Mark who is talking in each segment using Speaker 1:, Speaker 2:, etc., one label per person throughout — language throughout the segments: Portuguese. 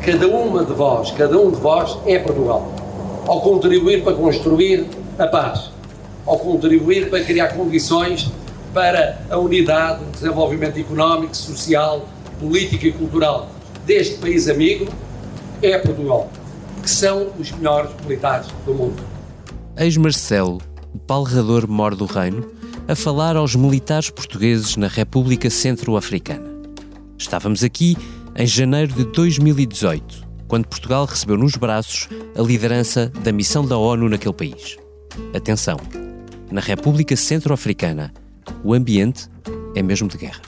Speaker 1: cada uma de vós, cada um de vós é Portugal. Ao contribuir para construir a paz, ao contribuir para criar condições para a unidade, o desenvolvimento económico, social, político e cultural deste país amigo, é Portugal, que são os melhores militares do mundo.
Speaker 2: Ex-Marcelo, o palrador mor do reino, a falar aos militares portugueses na República Centro-Africana. Estávamos aqui em janeiro de 2018, quando Portugal recebeu nos braços a liderança da missão da ONU naquele país. Atenção, na República Centro-Africana, o ambiente é mesmo de guerra.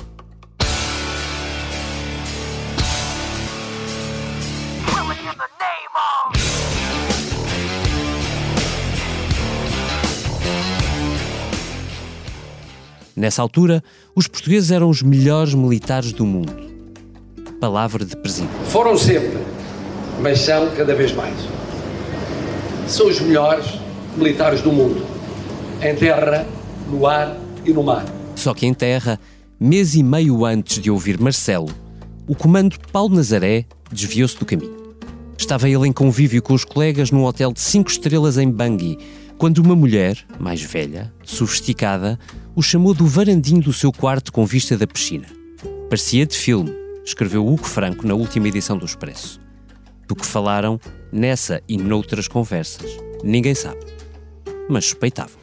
Speaker 2: Nessa altura, os portugueses eram os melhores militares do mundo. Palavra de presidente.
Speaker 1: Foram sempre, mas são cada vez mais. São os melhores militares do mundo, em terra, no ar e no mar.
Speaker 2: Só que em terra, mês e meio antes de ouvir Marcelo, o comando Paulo Nazaré desviou-se do caminho. Estava ele em convívio com os colegas num hotel de 5 estrelas em Bangui, quando uma mulher, mais velha, sofisticada, o chamou do varandinho do seu quarto com vista da piscina. Parecia de filme, escreveu Hugo Franco na última edição do Expresso. Do que falaram nessa e noutras conversas, ninguém sabe, mas suspeitavam.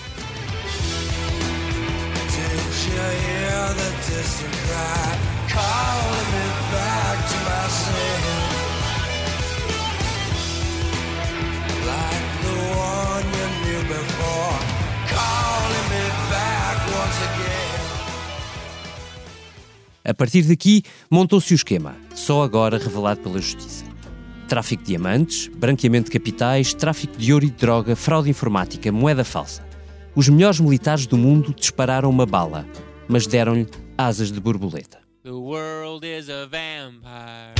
Speaker 2: A partir daqui, montou-se o esquema, só agora revelado pela Justiça. Tráfico de diamantes, branqueamento de capitais, tráfico de ouro e de droga, fraude informática, moeda falsa. Os melhores militares do mundo dispararam uma bala, mas deram-lhe asas de borboleta. The world is a vampire,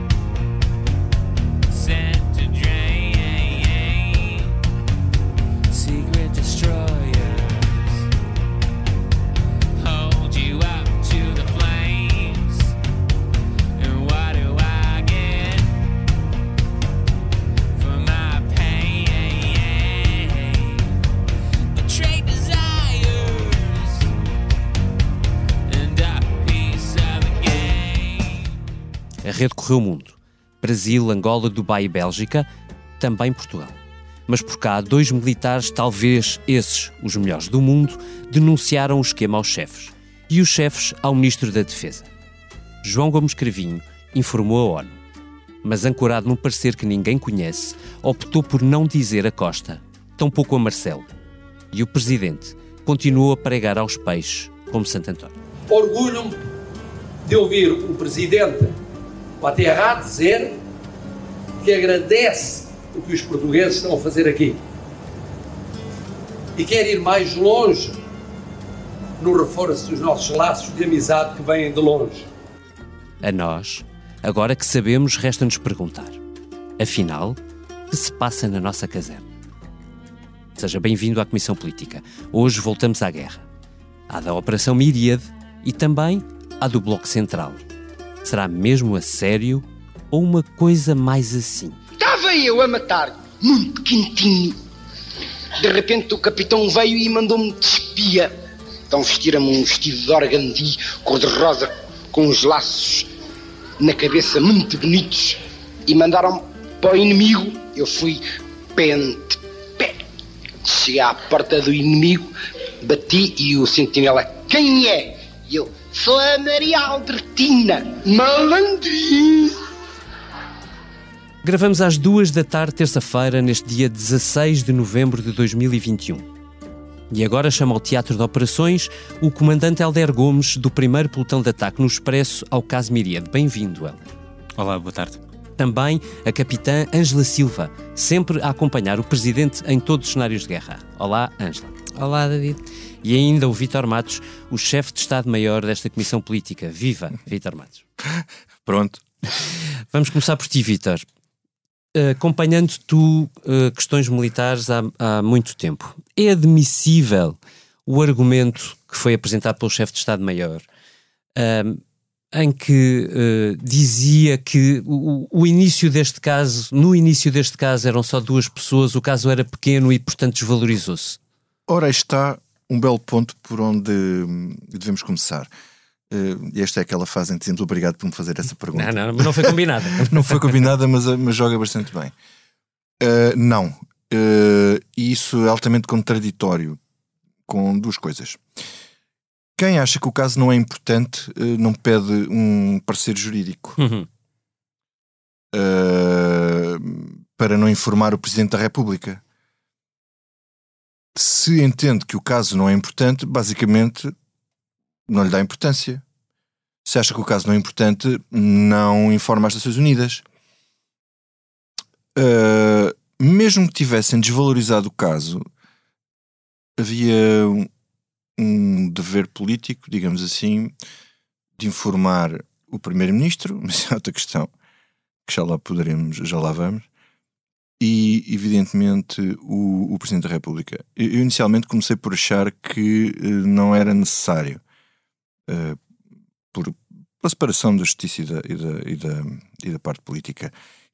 Speaker 2: sent to drain, secret destroyers, hold you up to the flames, and what do I get for my pain? Betrayed desires and a piece of the game. A rede correu o mundo. Brasil, Angola, Dubai e Bélgica, também Portugal. Mas por cá, 2 militares, talvez esses os melhores do mundo, denunciaram o esquema aos chefes. E os chefes ao Ministro da Defesa. João Gomes Cravinho informou a ONU. Mas ancorado num parecer que ninguém conhece, optou por não dizer a Costa, tampouco a Marcelo. E o Presidente continuou a pregar aos peixes como Santo António.
Speaker 1: Orgulho-me de ouvir o Presidente Ouattara dizer que agradece o que os portugueses estão a fazer aqui e quer ir mais longe no reforço dos nossos laços de amizade que vêm de longe.
Speaker 2: A nós, agora que sabemos, resta-nos perguntar: afinal, o que se passa na nossa caserna? Seja bem-vindo à Comissão Política. Hoje voltamos à guerra. À da Operação Miríade e também à do Bloco Central. Será mesmo a sério ou uma coisa mais assim?
Speaker 3: Estava eu a matar, muito quentinho. De repente o capitão veio e mandou-me de espia. Então vestiram-me um vestido de organdi, cor-de-rosa, com uns laços na cabeça muito bonitos, e mandaram-me para o inimigo. Eu fui pente. Cheguei à porta do inimigo, bati e o sentinela: quem é? E eu: sou a Maria Albertina, malandrinho.
Speaker 2: Gravamos às 2 da tarde, terça-feira, neste dia 16 de novembro de 2021. E agora chama ao Teatro de Operações o comandante Hélder Gomes, do 1º Pelotão de Ataque no Expresso, ao caso Miríade. Bem-vindo, Hélder.
Speaker 4: Olá, boa tarde.
Speaker 2: Também a capitã Ângela Silva, sempre a acompanhar o Presidente em todos os cenários de guerra. Olá, Ângela.
Speaker 5: Olá, David.
Speaker 2: E ainda o Vítor Matos, o chefe de Estado-Maior desta Comissão Política. Viva, Vítor Matos.
Speaker 4: Pronto.
Speaker 2: Vamos começar por ti, Vítor. Acompanhando tu questões militares há muito tempo, é admissível o argumento que foi apresentado pelo chefe de Estado-Maior
Speaker 5: em que dizia que o início deste caso, no início deste caso eram só 2 pessoas, o caso era pequeno e portanto desvalorizou-se?
Speaker 6: Ora, está um belo ponto por onde devemos começar. E esta é aquela fase em que dizemos obrigado por me fazer essa pergunta.
Speaker 5: Não, mas não foi combinada.
Speaker 6: Não foi combinada, mas joga bastante bem. Não. E isso é altamente contraditório com 2 coisas. Quem acha que o caso não é importante não pede um parecer jurídico para não informar o Presidente da República. Se entende que o caso não é importante, basicamente não lhe dá importância. Se acha que o caso não é importante, não informa as Nações Unidas. Mesmo que tivessem desvalorizado o caso, havia um dever político, digamos assim, de informar o Primeiro-Ministro, mas é outra questão, que já lá vamos, e evidentemente o Presidente da República. Eu inicialmente comecei por achar que não era necessário, pela separação da justiça e da parte política.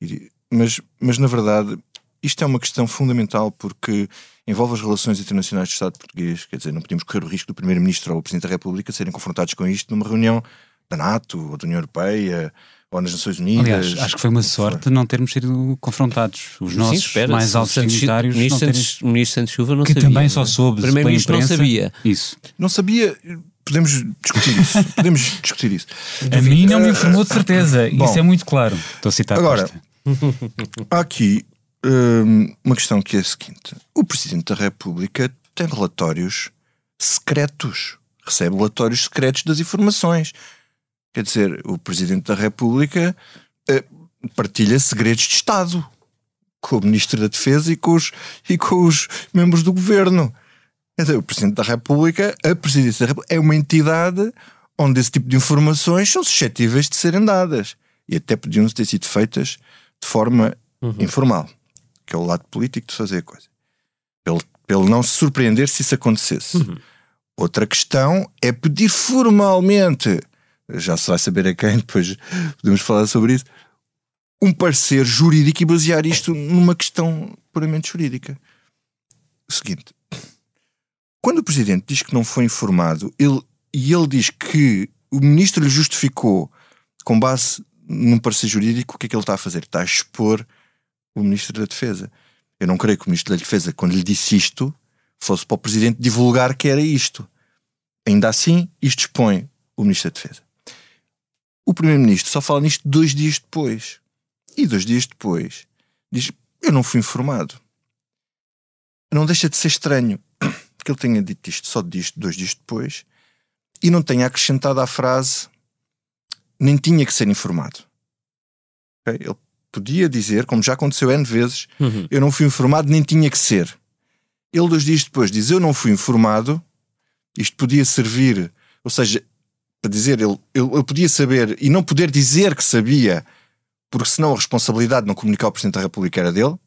Speaker 6: Mas na verdade isto é uma questão fundamental porque envolve as relações internacionais do Estado português. Quer dizer, não podemos correr o risco do Primeiro-Ministro ou o Presidente da República serem confrontados com isto numa reunião da NATO ou da União Europeia ou nas Nações Unidas.
Speaker 7: Aliás, acho que foi uma sorte não termos sido confrontados. Os nossos mais altos signatários.
Speaker 5: O Ministro Santos Silva não
Speaker 7: que
Speaker 5: sabia.
Speaker 7: Que também só soube.
Speaker 5: O Primeiro-Ministro não sabia.
Speaker 7: Isso.
Speaker 6: Não sabia. Podemos discutir isso.
Speaker 7: A mim não me informou de certeza. Bom, isso é muito claro. Estou a citar
Speaker 6: agora, há aqui uma questão que é a seguinte: o Presidente da República tem relatórios secretos, recebe relatórios secretos das informações. Quer dizer, o Presidente da República partilha segredos de Estado com o Ministro da Defesa e com os membros do Governo. Quer dizer, o Presidente da República, a Presidência da República, é uma entidade onde esse tipo de informações são suscetíveis de serem dadas e até podiam ter sido feitas de forma informal, que é o lado político de fazer a coisa, pelo não se surpreender se isso acontecesse. Outra questão é pedir formalmente, já se vai saber a quem, depois podemos falar sobre isso, um parecer jurídico e basear isto numa questão puramente jurídica. O seguinte: quando o Presidente diz que não foi informado, ele diz que o Ministro lhe justificou com base num parecer jurídico, o que é que ele está a fazer? Está a expor o Ministro da Defesa. Eu não creio que o Ministro da Defesa, quando lhe disse isto, fosse para o Presidente divulgar que era isto. Ainda assim, isto expõe o Ministro da Defesa. O Primeiro-Ministro só fala nisto 2 dias depois. E 2 dias depois diz: eu não fui informado. Não deixa de ser estranho que ele tenha dito isto só 2 dias depois e não tenha acrescentado à frase nem tinha que ser informado. Okay? Ele podia dizer, como já aconteceu N vezes, eu não fui informado, nem tinha que ser. Ele 2 dias depois diz: eu não fui informado. Isto podia servir, ou seja, para dizer, ele podia saber e não poder dizer que sabia, porque senão a responsabilidade de não comunicar ao Presidente da República era dele.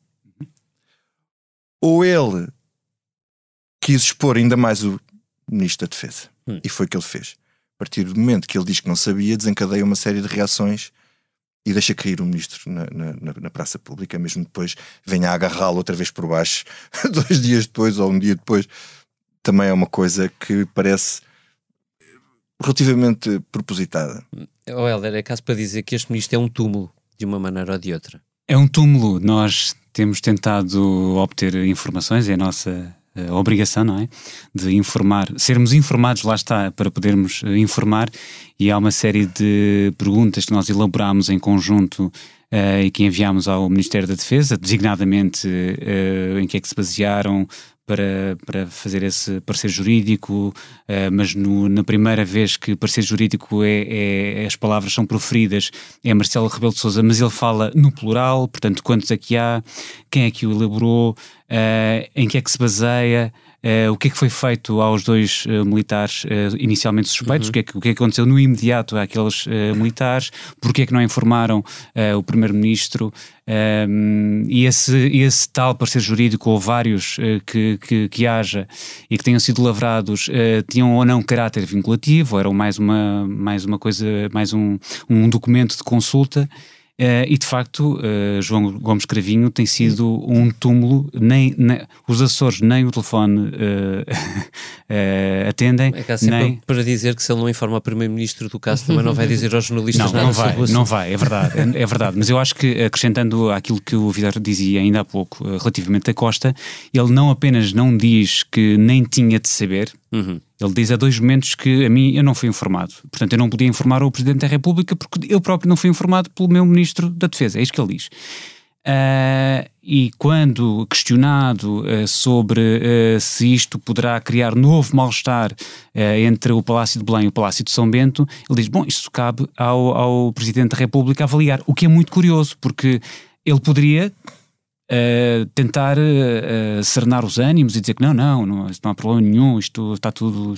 Speaker 6: Ou ele quis expor ainda mais o Ministro da Defesa. E foi o que ele fez. A partir do momento que ele diz que não sabia, desencadeia uma série de reações e deixa cair o Ministro na praça pública. Mesmo depois venha a agarrá-lo outra vez por baixo 2 dias depois ou 1 dia depois. Também é uma coisa que parece relativamente propositada.
Speaker 5: Helder, é caso para dizer que este Ministro é um túmulo, de uma maneira ou de outra.
Speaker 7: É um túmulo. Nós temos tentado obter informações, é a nossa obrigação, não é? De informar, sermos informados, lá está, para podermos informar, e há uma série de perguntas que nós elaborámos em conjunto e que enviámos ao Ministério da Defesa, designadamente em que é que se basearam para fazer esse parecer jurídico, mas na primeira vez que o parecer jurídico as palavras são proferidas é Marcelo Rebelo de Sousa, mas ele fala no plural, portanto quantos é que há, quem é que o elaborou, em que é que se baseia, o que é que foi feito aos dois militares inicialmente suspeitos, o que é que aconteceu no imediato àqueles militares, porque é que não informaram o primeiro-ministro, e esse tal parecer jurídico, ou vários que haja e que tenham sido lavrados, tinham ou não caráter vinculativo, ou eram mais uma coisa, mais um documento de consulta. E de facto, João Gomes Cravinho tem sido um túmulo, nem os Açores nem o telefone atendem.
Speaker 5: É cá sempre para dizer que se ele não informa o Primeiro-Ministro do caso, também não vai dizer aos jornalistas nada sobre isso.
Speaker 7: Não vai, é verdade. Mas eu acho que, acrescentando àquilo que o Vidal dizia ainda há pouco, relativamente a Costa, ele não apenas não diz que nem tinha de saber. Ele diz a 2 momentos que a mim eu não fui informado. Portanto, eu não podia informar o Presidente da República porque eu próprio não fui informado pelo meu Ministro da Defesa. É isto que ele diz. E quando questionado sobre se isto poderá criar novo mal-estar entre o Palácio de Belém e o Palácio de São Bento, ele diz, bom, isto cabe ao Presidente da República avaliar. O que é muito curioso, porque ele poderia tentar serenar os ânimos e dizer que não há problema nenhum, isto está tudo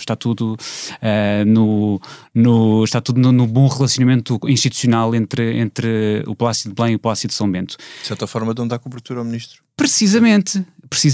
Speaker 7: no bom relacionamento institucional entre o Palácio de Belém e o Palácio de São Bento.
Speaker 6: De certa forma, de onde dá cobertura ao Ministro.
Speaker 7: Precisamente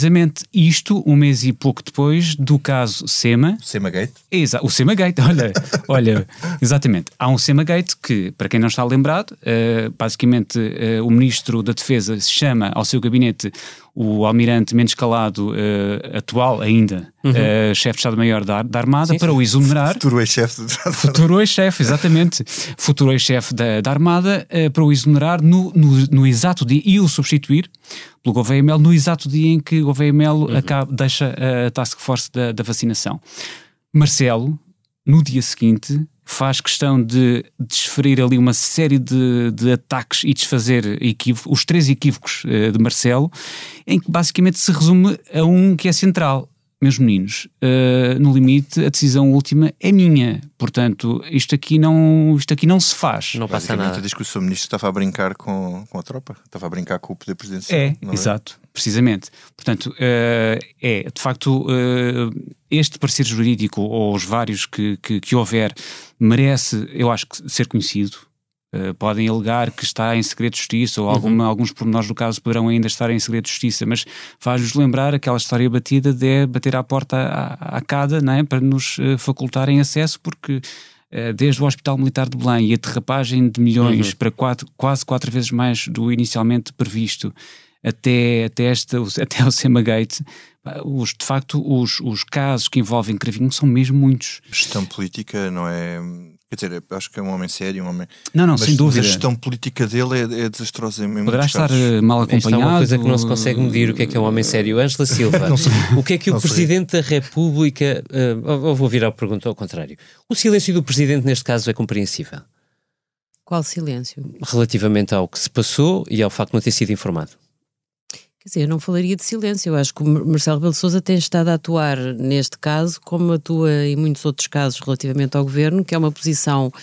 Speaker 7: isto, um mês e pouco depois do caso SEMA.
Speaker 6: SEMA-Gate?
Speaker 7: O SEMA-Gate, olha, exatamente. Há um SEMA-Gate que, para quem não está lembrado, basicamente o Ministro da Defesa chama ao seu gabinete o Almirante Mendes Calado, atual ainda, chefe de Estado-Maior da Armada, para o exonerar.
Speaker 6: Futuro
Speaker 7: ex-chefe, exatamente. Futuro ex-chefe da Armada, para o exonerar no exato dia e o substituir pelo Gouveia Melo no exato dia em que Gouveia Melo deixa a task force da vacinação. Marcelo, no dia seguinte, faz questão de desferir ali uma série de ataques e desfazer os 3 equívocos de Marcelo, em que basicamente se resume a um que é central. Meus meninos, no limite a decisão última é minha, portanto isto aqui não se faz.
Speaker 5: Não passa nada.
Speaker 6: A discussão, o Ministro estava a brincar com a tropa, estava a brincar com o poder presidencial.
Speaker 7: Exato, precisamente. Portanto, de facto, este parecer jurídico, ou os vários que houver, merece, eu acho, ser conhecido. Podem alegar que está em segredo de justiça, ou alguns pormenores do caso poderão ainda estar em segredo de justiça, mas faz-nos lembrar aquela história batida de bater à porta à CADA, não é? Para nos facultarem acesso, porque desde o Hospital Militar de Belém e a derrapagem de milhões para quase 4 vezes mais do inicialmente previsto, até o SEMA-Gate, de facto os casos que envolvem Cravinho são mesmo muitos.
Speaker 6: Gestão política não é... Quer dizer, acho que é um homem sério,
Speaker 7: Não, sem dúvida.
Speaker 6: Mas a gestão política dele é desastrosa.
Speaker 7: Poderá estar mal acompanhado.
Speaker 5: Esta é uma coisa que não se consegue medir, o que é um homem sério. Ângela Silva, o que é que o Presidente da República... eu vou virar a pergunta ao contrário. O silêncio do Presidente neste caso é compreensível?
Speaker 8: Qual silêncio?
Speaker 5: Relativamente ao que se passou e ao facto de não ter sido informado.
Speaker 8: Quer dizer, eu não falaria de silêncio. Eu acho que o Marcelo Rebelo de Sousa tem estado a atuar neste caso como atua em muitos outros casos relativamente ao governo, que é uma posição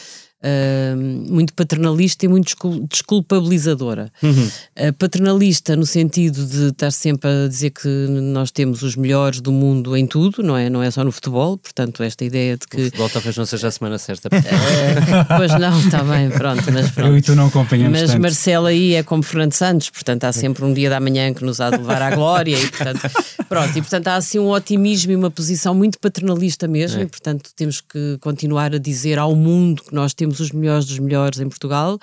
Speaker 8: muito paternalista e muito desculpabilizadora. Paternalista no sentido de estar sempre a dizer que nós temos os melhores do mundo em tudo, não é só no futebol, portanto esta ideia de que...
Speaker 5: O futebol talvez não seja a semana certa.
Speaker 8: Pois não, está bem, pronto.
Speaker 7: Eu e tu não acompanhamos
Speaker 8: mas
Speaker 7: tanto.
Speaker 8: Marcelo aí é como Fernando Santos, portanto há sempre um dia da manhã que nos há de levar à glória e portanto há assim um otimismo e uma posição muito paternalista mesmo, e portanto temos que continuar a dizer ao mundo que nós temos os melhores dos melhores em Portugal.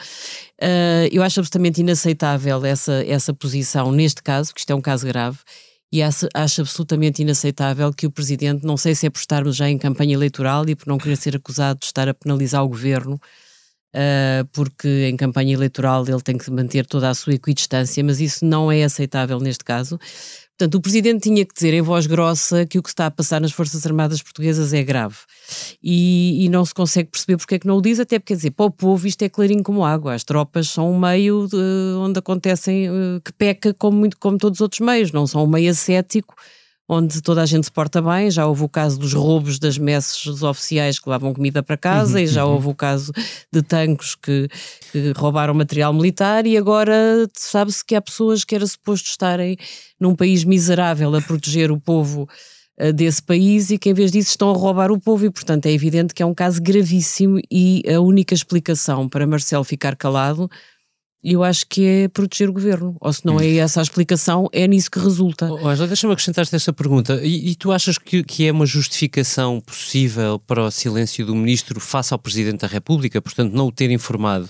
Speaker 8: Eu acho absolutamente inaceitável essa posição neste caso, porque isto é um caso grave, e acho absolutamente inaceitável que o Presidente, não sei se é por estarmos já em campanha eleitoral e por não querer ser acusado de estar a penalizar o Governo, porque em campanha eleitoral ele tem que manter toda a sua equidistância, mas isso não é aceitável neste caso. Portanto, o Presidente tinha que dizer em voz grossa que o que está a passar nas Forças Armadas Portuguesas é grave. E não se consegue perceber porque é que não o diz, até porque, quer dizer, para o povo isto é clarinho como água. As tropas são um meio onde acontecem, que peca como todos os outros meios, não são um meio ascético, onde toda a gente se porta bem. Já houve o caso dos roubos das messes dos oficiais que levavam comida para casa, e já houve o caso de tanques que roubaram material militar, e agora sabe-se que há pessoas que era suposto estarem num país miserável a proteger o povo desse país e que em vez disso estão a roubar o povo e, portanto, é evidente que é um caso gravíssimo e a única explicação para Marcelo ficar calado, eu acho que é proteger o governo. Ou se não é essa a explicação, é nisso que resulta.
Speaker 5: Angela, deixa-me acrescentar-te esta pergunta. E tu achas que é uma justificação possível para o silêncio do ministro face ao Presidente da República, portanto, não o ter informado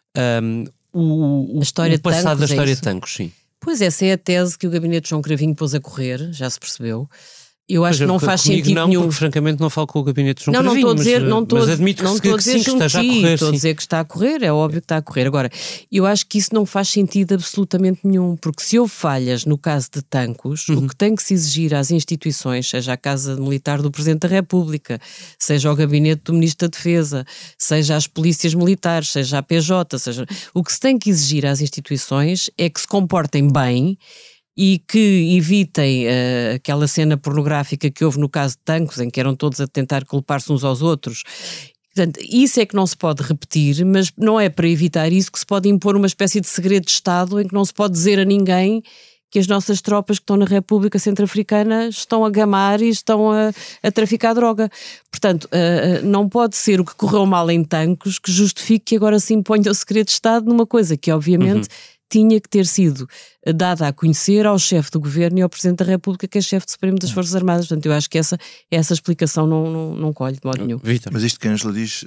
Speaker 5: o passado da história de Tancos, sim?
Speaker 8: Pois essa é a tese que o gabinete de João Cravinho pôs a correr, já se percebeu. Eu acho que não faz sentido nenhum.
Speaker 5: Porque francamente não falo com o gabinete de João Cravinho.
Speaker 8: Não estou a dizer,
Speaker 5: mas admito que sim, que esteja a correr.
Speaker 8: Estou a dizer que está a correr, é óbvio que está a correr. Agora, eu acho que isso não faz sentido absolutamente nenhum, porque se houve falhas no caso de Tancos, o que tem que se exigir às instituições, seja a Casa Militar do Presidente da República, seja o gabinete do Ministro da Defesa, seja as polícias militares, seja a PJ, o que se tem que exigir às instituições é que se comportem bem e que evitem aquela cena pornográfica que houve no caso de Tancos, em que eram todos a tentar culpar-se uns aos outros. Portanto, isso é que não se pode repetir, mas não é para evitar isso que se pode impor uma espécie de segredo de Estado em que não se pode dizer a ninguém que as nossas tropas que estão na República Centro-Africana estão a gamar e estão a traficar droga. Portanto, não pode ser o que correu mal em Tancos que justifique que agora se imponha o segredo de Estado numa coisa que, obviamente, tinha que ter sido dada a conhecer ao chefe do governo e ao Presidente da República, que é chefe supremo das Forças Armadas. Portanto, eu acho que essa explicação não colhe de modo nenhum.
Speaker 6: Mas isto que a Ângela diz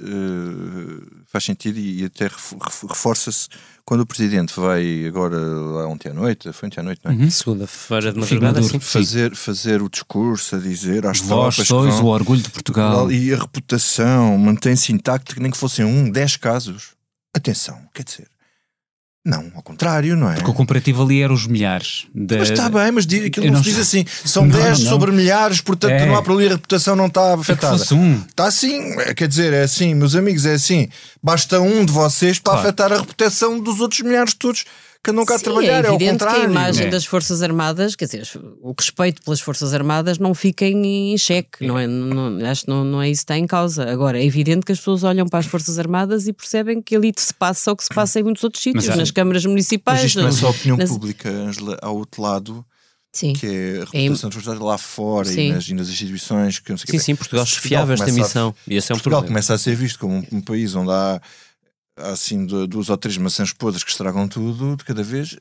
Speaker 6: faz sentido e até reforça-se quando o Presidente vai agora lá ontem à noite, foi ontem à noite, não é?
Speaker 5: Segunda-feira de madrugada,
Speaker 6: fazer o discurso a dizer às
Speaker 7: vós
Speaker 6: tropas
Speaker 7: sois o orgulho de Portugal
Speaker 6: e a reputação mantém-se intacta, que nem que fossem 10 casos. Atenção, quer dizer, não, ao contrário, não é?
Speaker 7: Porque o comparativo ali era os milhares.
Speaker 6: Mas está bem, mas aquilo não se diz assim. São 10 sobre milhares, portanto não há para ali, a reputação não está afetada. Está assim, quer dizer, é assim, meus amigos, é assim. Basta um de vocês para afetar a reputação dos outros milhares todos que andam cá a trabalhar, é ao contrário.
Speaker 8: Que a imagem das Forças Armadas, quer dizer, o respeito pelas Forças Armadas não fica em xeque, acho que não é isso que está em causa. Agora, é evidente que as pessoas olham para as Forças Armadas e percebem que ali se passa o que se passa em muitos outros sítios, nas câmaras municipais.
Speaker 6: Mas isto não é só a opinião pública, Ângela, há outro lado.
Speaker 8: Sim.
Speaker 6: Que é a reputação das Forças lá fora e nas instituições. Que não sei
Speaker 5: sim, Portugal chefiava esta missão. E esse é um
Speaker 6: Portugal
Speaker 5: problema.
Speaker 6: começa a ser visto como um país onde há assim 2 ou 3 maçãs podres que estragam tudo de cada vez.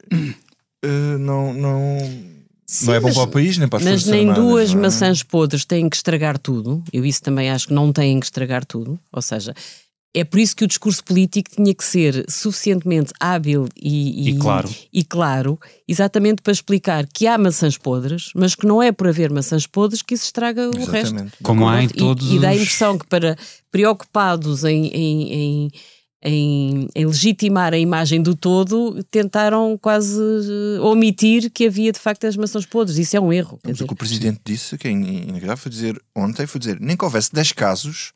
Speaker 6: Não é bom para o país nem para as Forças Armadas.
Speaker 8: Mas nem 2 maçãs podres têm que estragar tudo. Eu isso também acho que não têm que estragar tudo. Ou seja, é por isso que o discurso político tinha que ser suficientemente hábil e claro, exatamente para explicar que há maçãs podres, mas que não é por haver maçãs podres que isso estraga o resto.
Speaker 7: Como há em todos
Speaker 8: e dá a impressão que para preocupados em legitimar a imagem do todo, tentaram quase omitir que havia de facto as maçãs podres. Isso é um erro.
Speaker 6: Mas o que o Presidente disse, que é inegável, foi dizer ontem, nem que houvesse 10 casos,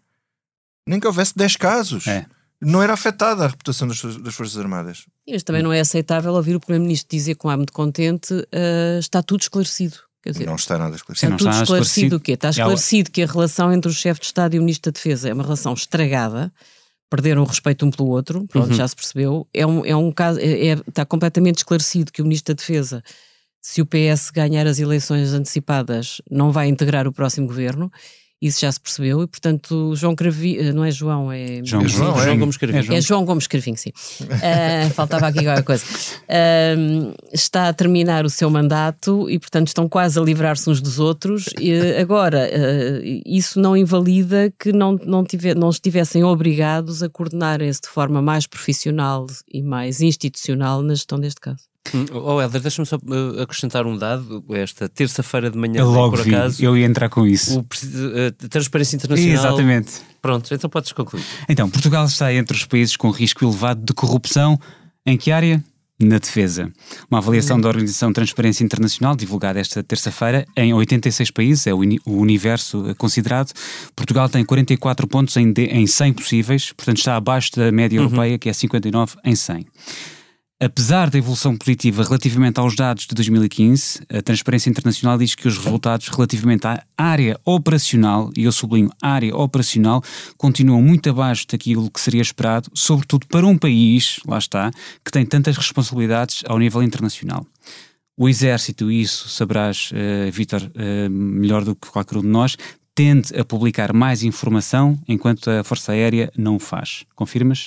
Speaker 6: não era afetada a reputação das Forças Armadas.
Speaker 8: Mas também não é aceitável ouvir o Primeiro-Ministro dizer com ar muito contente está tudo esclarecido. Quer dizer,
Speaker 6: não está nada esclarecido.
Speaker 8: Está tudo esclarecido o quê? Está esclarecido que a relação entre o chefe de Estado e o Ministro da Defesa é uma relação estragada, perderam o respeito um pelo outro, pronto, já se percebeu. É um caso, está completamente esclarecido que o Ministro da Defesa, se o PS ganhar as eleições antecipadas, não vai integrar o próximo governo. Isso já se percebeu e, portanto, João Cravinho, não é João, é
Speaker 5: João Gomes Cravinho.
Speaker 8: É João Gomes Cravinho, sim. Faltava aqui qualquer coisa. Está a terminar o seu mandato e, portanto, estão quase a livrar-se uns dos outros. Agora, isso não invalida que não estivessem obrigados a coordenar-se de forma mais profissional e mais institucional na gestão deste caso.
Speaker 5: Helder, deixa-me só acrescentar um dado. Esta terça-feira de manhã,
Speaker 7: logo
Speaker 5: por acaso,
Speaker 7: eu ia entrar com isso.
Speaker 5: Transparência Internacional.
Speaker 7: Exatamente.
Speaker 5: Pronto, então podes concluir.
Speaker 7: Então, Portugal está entre os países com risco elevado de corrupção. Em que área? Na defesa. Uma avaliação da Organização Transparência Internacional, divulgada esta terça-feira, em 86 países, é o universo considerado. Portugal tem 44 pontos em 100 possíveis, portanto está abaixo da média europeia, que é 59 em 100. Apesar da evolução positiva relativamente aos dados de 2015, a Transparência Internacional diz que os resultados relativamente à área operacional, e eu sublinho área operacional, continuam muito abaixo daquilo que seria esperado, sobretudo para um país, lá está, que tem tantas responsabilidades ao nível internacional. O Exército, e isso saberás, Vítor, melhor do que qualquer um de nós, tende a publicar mais informação enquanto a Força Aérea não o faz. Confirmas?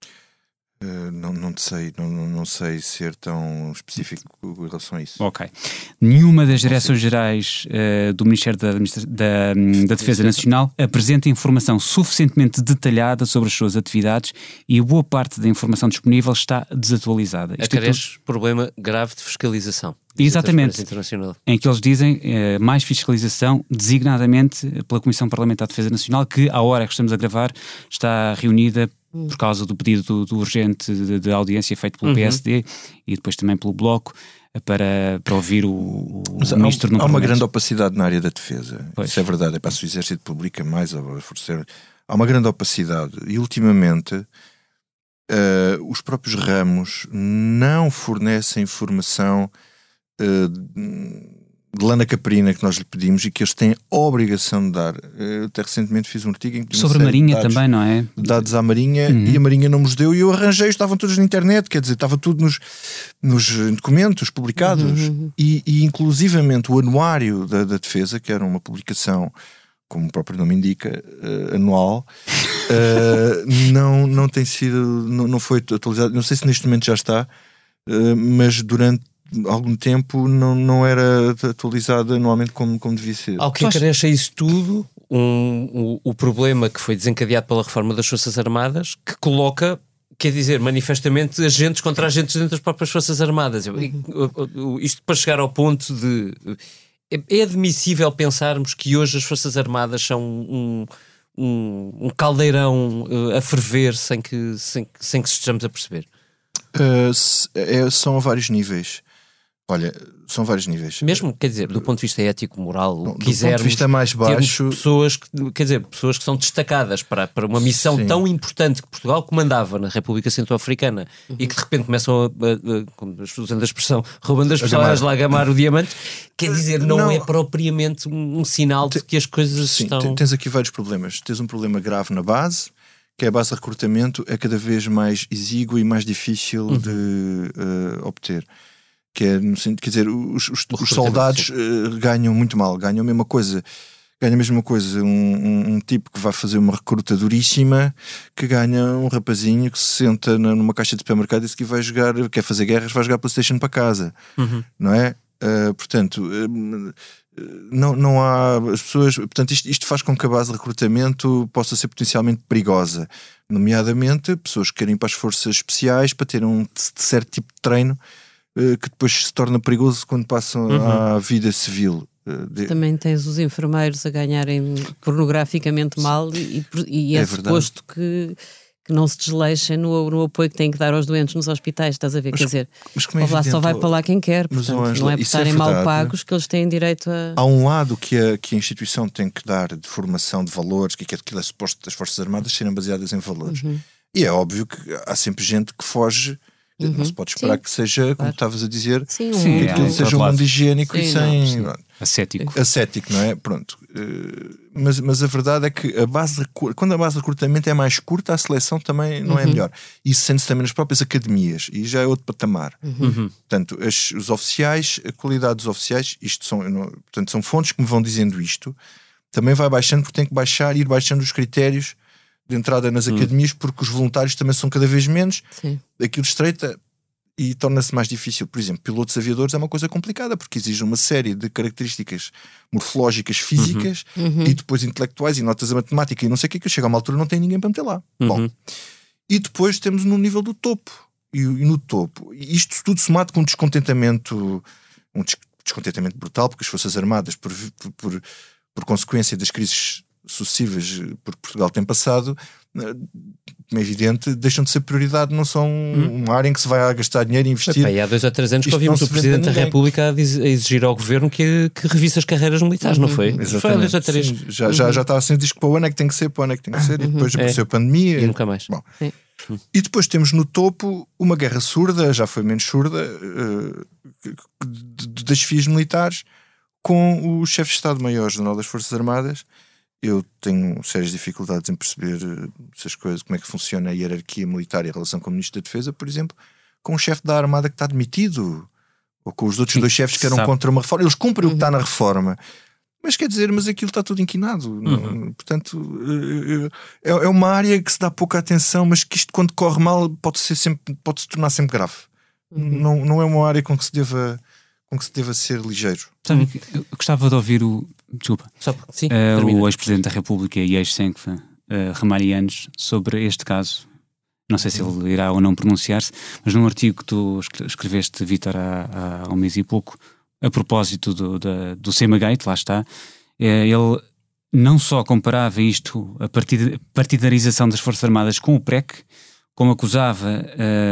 Speaker 6: Não sei ser tão específico em relação a isso.
Speaker 7: Ok. Nenhuma das direções-gerais do Ministério da Defesa Nacional apresenta informação suficientemente detalhada sobre as suas atividades e a boa parte da informação disponível está desatualizada.
Speaker 5: Acarece problema grave de fiscalização.
Speaker 7: Exatamente, em que eles dizem mais fiscalização, designadamente pela Comissão Parlamentar de Defesa Nacional, que, à hora que estamos a gravar, está reunida por causa do pedido do urgente de audiência feito pelo PSD e depois também pelo Bloco, para ouvir o Ministro no Parlamento.
Speaker 6: Há uma grande opacidade na área da defesa.
Speaker 7: Pois.
Speaker 6: Isso é verdade. Se o Exército publica mais, há uma grande opacidade. E ultimamente os próprios ramos não fornecem informação de lana caprina que nós lhe pedimos e que eles têm a obrigação de dar. Eu até recentemente fiz um artigo em que
Speaker 7: sobre a Marinha também, não é?
Speaker 6: Dados à Marinha, e a Marinha não nos deu, e eu arranjei, estavam todos na internet, quer dizer, estava tudo nos documentos publicados, e inclusivamente o Anuário da Defesa, que era uma publicação, como o próprio nome indica, anual, não tem sido, não foi atualizado. Não sei se neste momento já está, mas durante algum tempo não era atualizada anualmente como devia ser.
Speaker 5: Ao que acresce a isso tudo o problema que foi desencadeado pela reforma das Forças Armadas, que coloca, quer dizer, manifestamente agentes contra agentes dentro das próprias Forças Armadas. Isto para chegar ao ponto de... É admissível pensarmos que hoje as Forças Armadas são um caldeirão a ferver sem que estejamos a perceber?
Speaker 6: São a vários níveis. Olha, são vários níveis.
Speaker 5: Mesmo, quer dizer, do ponto de vista ético, moral,
Speaker 6: do ponto de vista mais baixo,
Speaker 5: pessoas que são destacadas para uma missão tão importante que Portugal comandava na República Centro-Africana e que de repente começam usando a expressão, roubando as pessoas lá a gamar o diamante, quer dizer, não é propriamente um sinal de que as coisas estão...
Speaker 6: Tens aqui vários problemas. Tens um problema grave na base, que é a base de recrutamento, é cada vez mais exígua e mais difícil de obter. Que é, quer dizer, os soldados ganham muito mal, ganham a mesma coisa. Ganha a mesma coisa um tipo que vai fazer uma recruta duríssima, que ganha um rapazinho que se senta numa caixa de supermercado e diz que vai jogar, quer fazer guerras, vai jogar PlayStation para casa, não é? Portanto, não há as pessoas. Portanto, isto faz com que a base de recrutamento possa ser potencialmente perigosa, nomeadamente pessoas que querem ir para as forças especiais para ter um certo tipo de treino que depois se torna perigoso quando passam à vida civil.
Speaker 8: Também tens os enfermeiros a ganharem pornograficamente mal e é suposto que não se desleixem no apoio que têm que dar aos doentes nos hospitais, estás a ver? Quer dizer, lá só vai para lá quem quer, portanto, não é por estarem mal pagos que eles têm direito a...
Speaker 6: Há um lado que a instituição tem que dar de formação de valores, que é suposto das Forças Armadas serem baseadas em valores. E é óbvio que há sempre gente que foge. Não se pode esperar que seja, como estavas a dizer, que aquilo seja um mundo higiênico e sem... Ascético, não é? Pronto. Mas a verdade é que quando a base de recrutamento é mais curta, a seleção também não é melhor. Isso sente-se também nas próprias academias, e já é outro patamar. Portanto, os oficiais, a qualidade dos oficiais, portanto, são fontes que me vão dizendo isto, também vai baixando, porque tem que ir baixando os critérios de entrada nas academias, porque os voluntários também são cada vez menos. Aquilo estreita e torna-se mais difícil. Por exemplo, pilotos aviadores é uma coisa complicada, porque exige uma série de características morfológicas, físicas e depois intelectuais, e notas a matemática e não sei o que chega a uma altura não tem ninguém para meter lá. Bom, e depois temos no nível do topo, e no topo, isto tudo somado com um descontentamento brutal, porque as Forças Armadas, por consequência das crises sucessivas por Portugal tem passado, como é evidente, deixam de ser prioridade, não são uma área em que se vai gastar dinheiro e investir.
Speaker 5: E há 2 ou 3 anos que ouvimos o Presidente da República a exigir ao Governo que revisse as carreiras militares, não foi?
Speaker 6: Exatamente.
Speaker 5: Foi há 2 ou 3.
Speaker 6: Já estava assim, diz que para o ano é que tem que ser, e depois apareceu a pandemia.
Speaker 5: E nunca mais.
Speaker 6: Bom. E depois temos no topo uma guerra surda, já foi menos surda, de desfios militares com o chefe de Estado-Maior-General das Forças Armadas. Eu tenho sérias dificuldades em perceber essas coisas, como é que funciona a hierarquia militar e a relação com o Ministro da Defesa, por exemplo, com o chefe da Armada que está demitido. ou com os outros dois chefes que eram contra uma reforma. Eles cumprem o que está na reforma. Mas quer dizer, mas aquilo está tudo inquinado. Portanto, é uma área que se dá pouca atenção, mas que isto, quando corre mal, pode se tornar sempre grave. Não é uma área com que se deva ser ligeiro.
Speaker 7: Sabe, eu gostava de ouvir o ex-presidente da República e ex-Senfa, Ramalhianes, sobre este caso. Não sei se ele irá ou não pronunciar-se, mas num artigo que tu escreveste, Vítor, há um mês e pouco, a propósito do SEMA-Gate, lá está, ele não só comparava isto, a partidarização das Forças Armadas, com o PREC, como acusava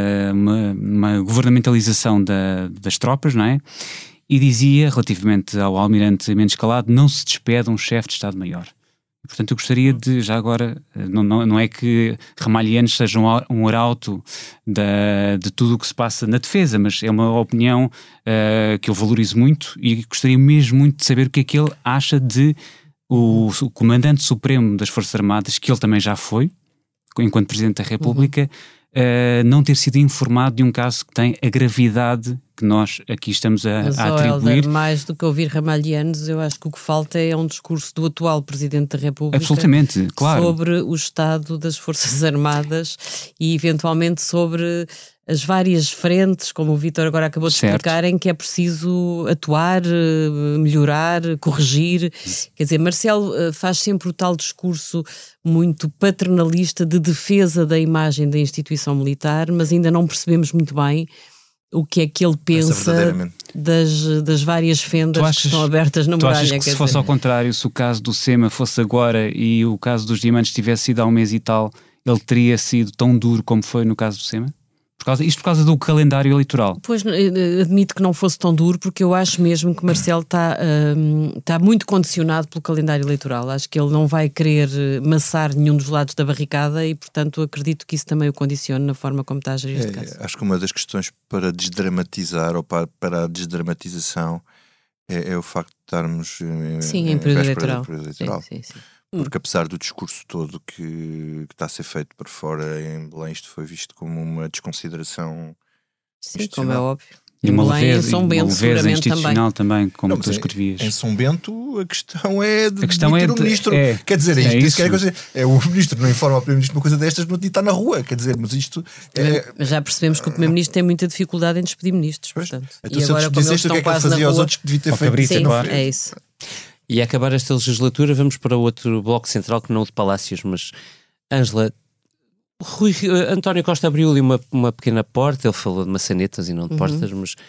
Speaker 7: uma governamentalização das tropas, não é? E dizia, relativamente ao almirante Mendes Calado, não se despede um chefe de Estado-Maior. Portanto, eu gostaria de, já agora, não é que Ramalhianes seja um arauto de tudo o que se passa na defesa, mas é uma opinião que eu valorizo muito e gostaria mesmo muito de saber o que é que ele acha de o comandante supremo das Forças Armadas, que ele também já foi, enquanto Presidente da República, não ter sido informado de um caso que tem a gravidade que nós aqui estamos a atribuir.
Speaker 8: Helder, mais do que ouvir Ramalhianes, eu acho que o que falta é um discurso do atual Presidente da República.
Speaker 7: Absolutamente, claro.
Speaker 8: Sobre o estado das Forças Armadas e eventualmente sobre as várias frentes, como o Vítor agora acabou de explicar, em que é preciso atuar, melhorar, corrigir. Quer dizer, Marcelo faz sempre o tal discurso muito paternalista de defesa da imagem da instituição militar, mas ainda não percebemos muito bem o que é que ele pensa das várias fendas que estão abertas na muralha.
Speaker 7: Tu achas que se fosse ao contrário, se o caso do SEMA fosse agora e o caso dos diamantes tivesse sido há um mês e tal, ele teria sido tão duro como foi no caso do SEMA? Isto por causa do calendário eleitoral?
Speaker 8: Pois, admito que não fosse tão duro, porque eu acho mesmo que Marcelo está muito condicionado pelo calendário eleitoral. Acho que ele não vai querer maçar nenhum dos lados da barricada e, portanto, acredito que isso também o condicione na forma como está a gerir este caso.
Speaker 6: Acho que uma das questões para desdramatizar ou para a desdramatização é o facto de estarmos
Speaker 8: em período eleitoral. Sim.
Speaker 6: Porque apesar do discurso todo que está a ser feito por fora em Belém, isto foi visto como uma desconsideração.
Speaker 8: Sim, como é óbvio.
Speaker 7: E uma leveza institucional também, como tu escrevias.
Speaker 6: Em São Bento a questão é de o ministro. Quer dizer, o ministro não informa o primeiro-ministro uma coisa destas, não está na rua. Quer dizer, mas isto
Speaker 8: Mas já percebemos que o primeiro-ministro tem muita dificuldade em despedir ministros. Portanto.
Speaker 6: Então, e agora, como eles estão quase na rua, aos outros que devia ter feito.
Speaker 8: Sim, é isso.
Speaker 5: E a acabar esta legislatura vamos para outro bloco central, que não o de Palácios, mas Ângela, António Costa abriu-lhe uma pequena porta, ele falou de maçanetas e não de portas,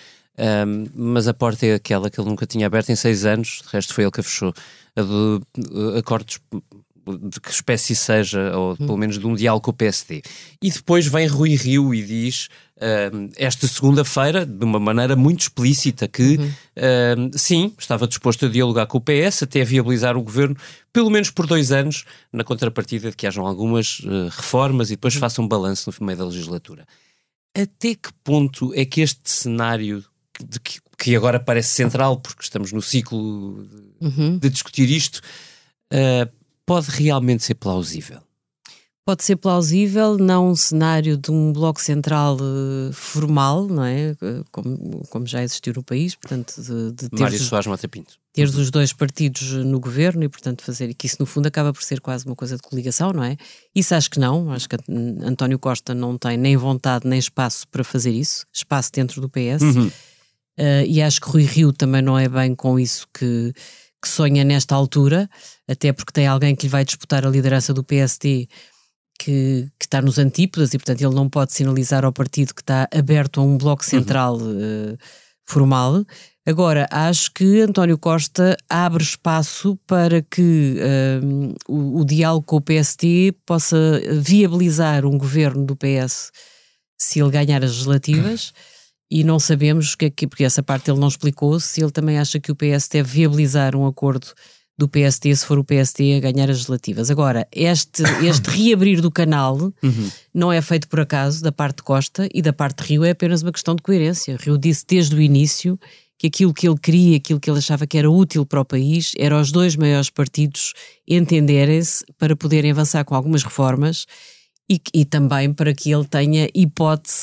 Speaker 5: mas a porta é aquela que ele nunca tinha aberto em 6 anos, de resto foi ele que a fechou, a de acordos de que espécie seja, ou pelo menos de um diálogo com o PSD. E depois vem Rui Rio e diz, esta segunda-feira, de uma maneira muito explícita, que sim, estava disposto a dialogar com o PS até viabilizar o governo, pelo menos por 2 anos, na contrapartida de que hajam algumas reformas e depois façam um balanço no meio da legislatura. Até que ponto é que este cenário, que agora parece central, porque estamos no ciclo de discutir isto, pode realmente ser plausível?
Speaker 8: Pode ser plausível, não um cenário de um bloco central formal, não é? Como já existiu no país, portanto, de
Speaker 5: Mário Soares Mota Pinto.
Speaker 8: Ter os 2 partidos no governo e, portanto, fazer que isso, no fundo, acaba por ser quase uma coisa de coligação, não é? Isso acho que não. Acho que António Costa não tem nem vontade nem espaço para fazer isso, espaço dentro do PS. E acho que Rui Rio também não é bem com isso que sonha nesta altura, até porque tem alguém que lhe vai disputar a liderança do PSD que está nos antípodas e, portanto, ele não pode sinalizar ao partido que está aberto a um bloco central formal. Agora, acho que António Costa abre espaço para que o diálogo com o PSD possa viabilizar um governo do PS se ele ganhar as legislativas. E não sabemos, porque essa parte ele não explicou, se ele também acha que o PS deve viabilizar um acordo do PSD se for o PSD a ganhar as legislativas. Agora, este reabrir do canal não é feito por acaso da parte de Costa, e da parte de Rio é apenas uma questão de coerência. Rio disse desde o início que aquilo que ele queria, aquilo que ele achava que era útil para o país, era os 2 maiores partidos entenderem-se para poderem avançar com algumas reformas e também para que ele tenha hipótese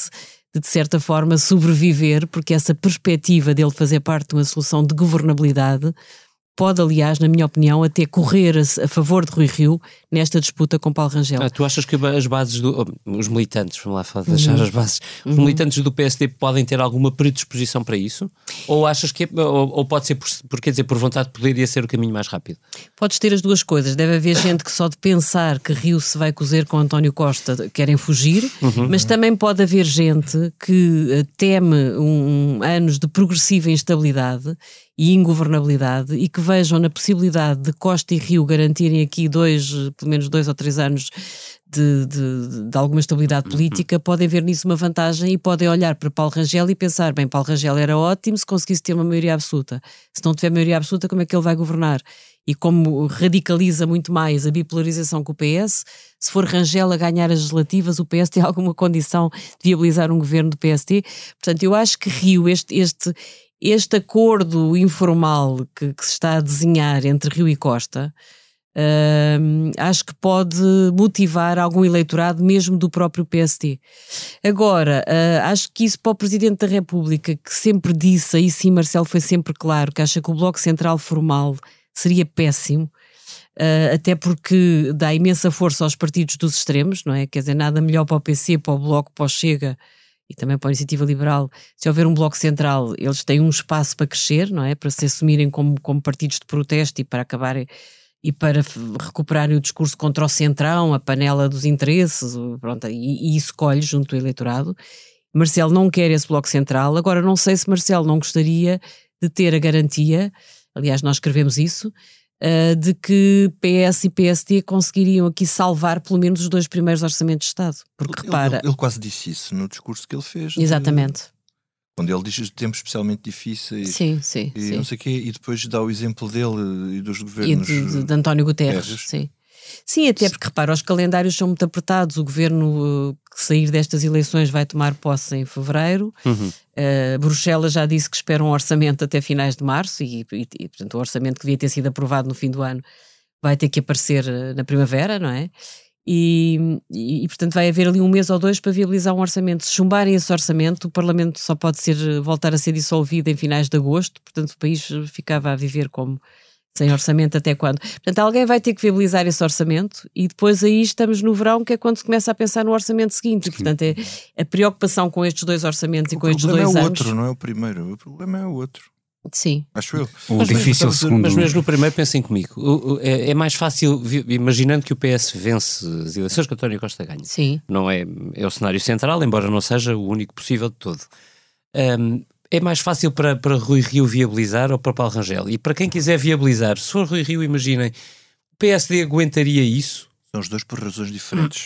Speaker 8: de certa forma, sobreviver, porque essa perspectiva dele fazer parte de uma solução de governabilidade pode, aliás, na minha opinião, até correr a favor de Rui Rio nesta disputa com Paulo Rangel.
Speaker 5: Tu achas que as bases os militantes, vamos lá deixar as bases, os militantes do PSD podem ter alguma predisposição para isso? Ou achas que ou pode ser quer dizer, por vontade poderia ser o caminho mais rápido?
Speaker 8: Podes ter as duas coisas. Deve haver gente que só de pensar que Rio se vai cozer com António Costa querem fugir, mas também pode haver gente que teme anos de progressiva instabilidade e ingovernabilidade e que vejam na possibilidade de Costa e Rio garantirem aqui pelo menos 2 ou 3 anos de alguma estabilidade política, podem ver nisso uma vantagem e podem olhar para Paulo Rangel e pensar, bem, Paulo Rangel era ótimo se conseguisse ter uma maioria absoluta. Se não tiver maioria absoluta, como é que ele vai governar? E como radicaliza muito mais a bipolarização com o PS, se for Rangel a ganhar as legislativas, o PS tem alguma condição de viabilizar um governo do PSD. Portanto, eu acho que Rio, este acordo informal que se está a desenhar entre Rio e Costa, acho que pode motivar algum eleitorado mesmo do próprio PSD. Agora, acho que isso para o Presidente da República, que sempre disse, aí sim Marcelo foi sempre claro, que acha que o Bloco Central formal seria péssimo, até porque dá imensa força aos partidos dos extremos, não é? Quer dizer, nada melhor para o PC, para o Bloco, para o Chega e também para a Iniciativa Liberal. Se houver um Bloco Central, eles têm um espaço para crescer, não é? Para se assumirem como partidos de protesto e para acabarem e para recuperarem o discurso contra o centrão, a panela dos interesses, pronto, e isso colhe junto ao eleitorado. Marcelo não quer esse Bloco Central. Agora, não sei se Marcelo não gostaria de ter a garantia, aliás, nós escrevemos isso, de que PS e PSD conseguiriam aqui salvar pelo menos os 2 primeiros orçamentos de Estado. Porque repara...
Speaker 6: Ele quase disse isso no discurso que ele fez.
Speaker 8: Exatamente.
Speaker 6: Quando ele diz os tempos especialmente difíceis.
Speaker 8: Sim.
Speaker 6: Não sei o quê, e depois dá o exemplo dele e dos governos.
Speaker 8: E de António Guterres, sim. Sim, até porque, repara, os calendários são muito apertados. O governo que sair destas eleições vai tomar posse em fevereiro. Bruxelas já disse que espera um orçamento até finais de março e, portanto, o orçamento que devia ter sido aprovado no fim do ano vai ter que aparecer na primavera, não é? E, portanto, vai haver ali 1 mês ou 2 para viabilizar um orçamento. Se chumbarem esse orçamento, o Parlamento só pode voltar a ser dissolvido em finais de agosto. Portanto, o país ficava a viver como... sem orçamento até quando? Portanto, alguém vai ter que viabilizar esse orçamento e depois aí estamos no verão, que é quando se começa a pensar no orçamento seguinte. E, portanto, é a preocupação com estes 2 orçamentos e com estes 2 anos...
Speaker 6: O problema é o outro, não é o primeiro. O problema é o outro.
Speaker 8: Sim.
Speaker 6: Acho eu.
Speaker 7: O difícil segundo...
Speaker 5: Mas mesmo no primeiro, pensem comigo. É mais fácil, imaginando que o PS vence as eleições que António Costa ganha.
Speaker 8: Sim.
Speaker 5: Não é o cenário central, embora não seja o único possível de todo. É mais fácil para Rui Rio viabilizar ou para Paulo Rangel? E para quem quiser viabilizar, se for Rui Rio, imaginem, o PSD aguentaria isso?
Speaker 6: São os 2 por razões diferentes.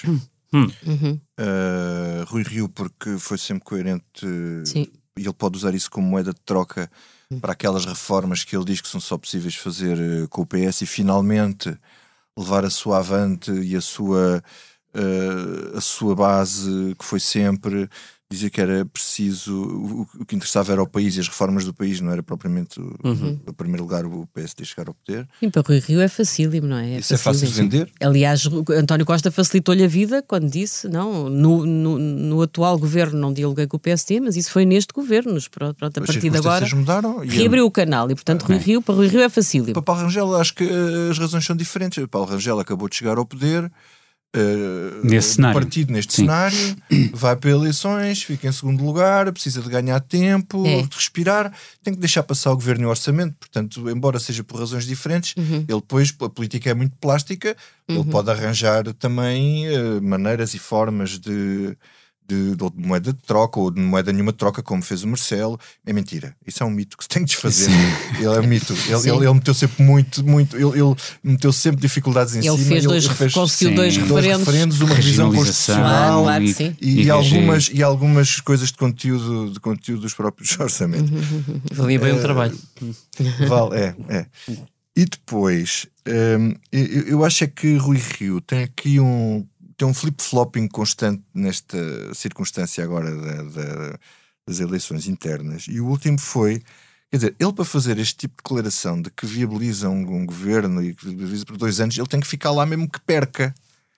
Speaker 6: Rui Rio porque foi sempre coerente.
Speaker 8: Sim.
Speaker 6: E ele pode usar isso como moeda de troca para aquelas reformas que ele diz que são só possíveis fazer com o PS e finalmente levar a sua avante e a sua base, que foi sempre dizer que era preciso, o que interessava era o país e as reformas do país, não era propriamente em primeiro lugar o PSD chegar ao poder.
Speaker 8: Sim, para Rui Rio é facílimo, não é?
Speaker 6: Isso é fácil de vender.
Speaker 8: Aliás, António Costa facilitou-lhe a vida quando disse, não, no atual governo não dialoguei com o PSD, mas isso foi neste governo, pronto, a partir de agora
Speaker 6: mudaram,
Speaker 8: reabriu o canal e portanto para Rui Rio é facílimo.
Speaker 6: Para Paulo Rangel acho que as razões são diferentes. Paulo Rangel acabou de chegar ao poder,
Speaker 7: nesse cenário.
Speaker 6: Partido neste cenário, vai para eleições, fica em segundo lugar, precisa de ganhar tempo, de respirar, tem que deixar passar o governo e o orçamento. Portanto, embora seja por razões diferentes, ele depois, a política é muito plástica, ele pode arranjar também maneiras e formas de moeda de troca ou de moeda nenhuma de troca, como fez o Marcelo. É mentira, isso é um mito que se tem que desfazer. Ele é um mito, ele meteu sempre ele meteu sempre dificuldades em cima.
Speaker 8: Conseguiu dois referendos,
Speaker 6: uma revisão constitucional,
Speaker 8: claro,
Speaker 6: e algumas coisas de conteúdo dos próprios orçamentos.
Speaker 5: Valia bem o trabalho.
Speaker 6: É. E depois eu acho é que Rui Rio tem aqui tem um flip-flopping constante nesta circunstância agora das eleições internas. E o último foi, quer dizer, ele para fazer este tipo de declaração de que viabiliza um governo e que viabiliza por 2 anos, ele tem que ficar lá mesmo que perca.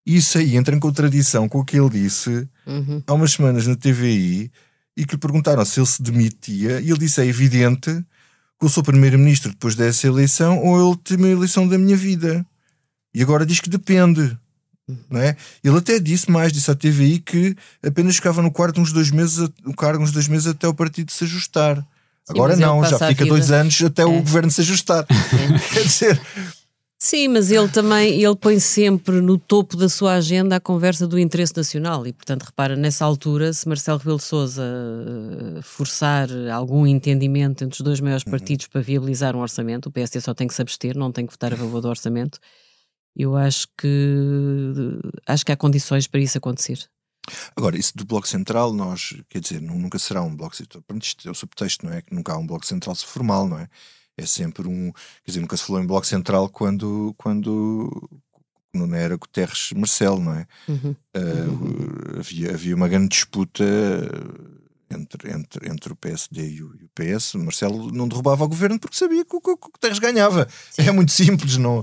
Speaker 6: Isso aí entra em contradição com o que ele disse há umas semanas na TVI, e que lhe perguntaram se ele se demitia, e ele disse: é evidente que eu sou primeiro-ministro depois dessa eleição, ou é a última eleição da minha vida. E agora diz que depende. Não é? Ele até disse à TVI que apenas ficava no cargo uns 2 meses até o partido se ajustar. Agora não, já fica 2 anos até o governo se ajustar. Quer dizer...
Speaker 8: Sim, mas ele põe sempre no topo da sua agenda a conversa do interesse nacional e, portanto, repara, nessa altura, se Marcelo Rebelo de Sousa forçar algum entendimento entre os 2 maiores partidos para viabilizar um orçamento, o PSD só tem que se abster, não tem que votar a favor do orçamento, eu acho que há condições para isso acontecer.
Speaker 6: Agora, isso do Bloco Central, quer dizer, nunca será um Bloco Central. Isto é o subtexto, não é? Que nunca há um Bloco Central formal, não é? É sempre quer dizer, nunca se falou em Bloco Central quando não era Guterres-Marcelo, não é? Havia uma grande disputa entre o PSD e o PS. Marcelo não derrubava o governo porque sabia que o Guterres ganhava. Sim. É muito simples, não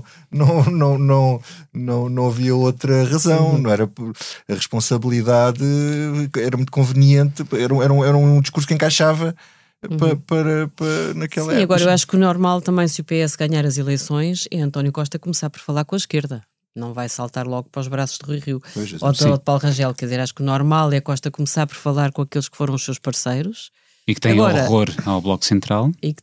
Speaker 6: havia outra razão, não era a responsabilidade, era muito conveniente, era um discurso que encaixava para naquela época.
Speaker 8: Sim, agora eu acho que o normal também, se o PS ganhar as eleições, é António Costa começar por falar com a esquerda. Não vai saltar logo para os braços de Rui Rio ou de Paulo Rangel. Quer dizer, acho que o normal é Costa começar por falar com aqueles que foram os seus parceiros.
Speaker 7: E que têm horror ao Bloco Central. E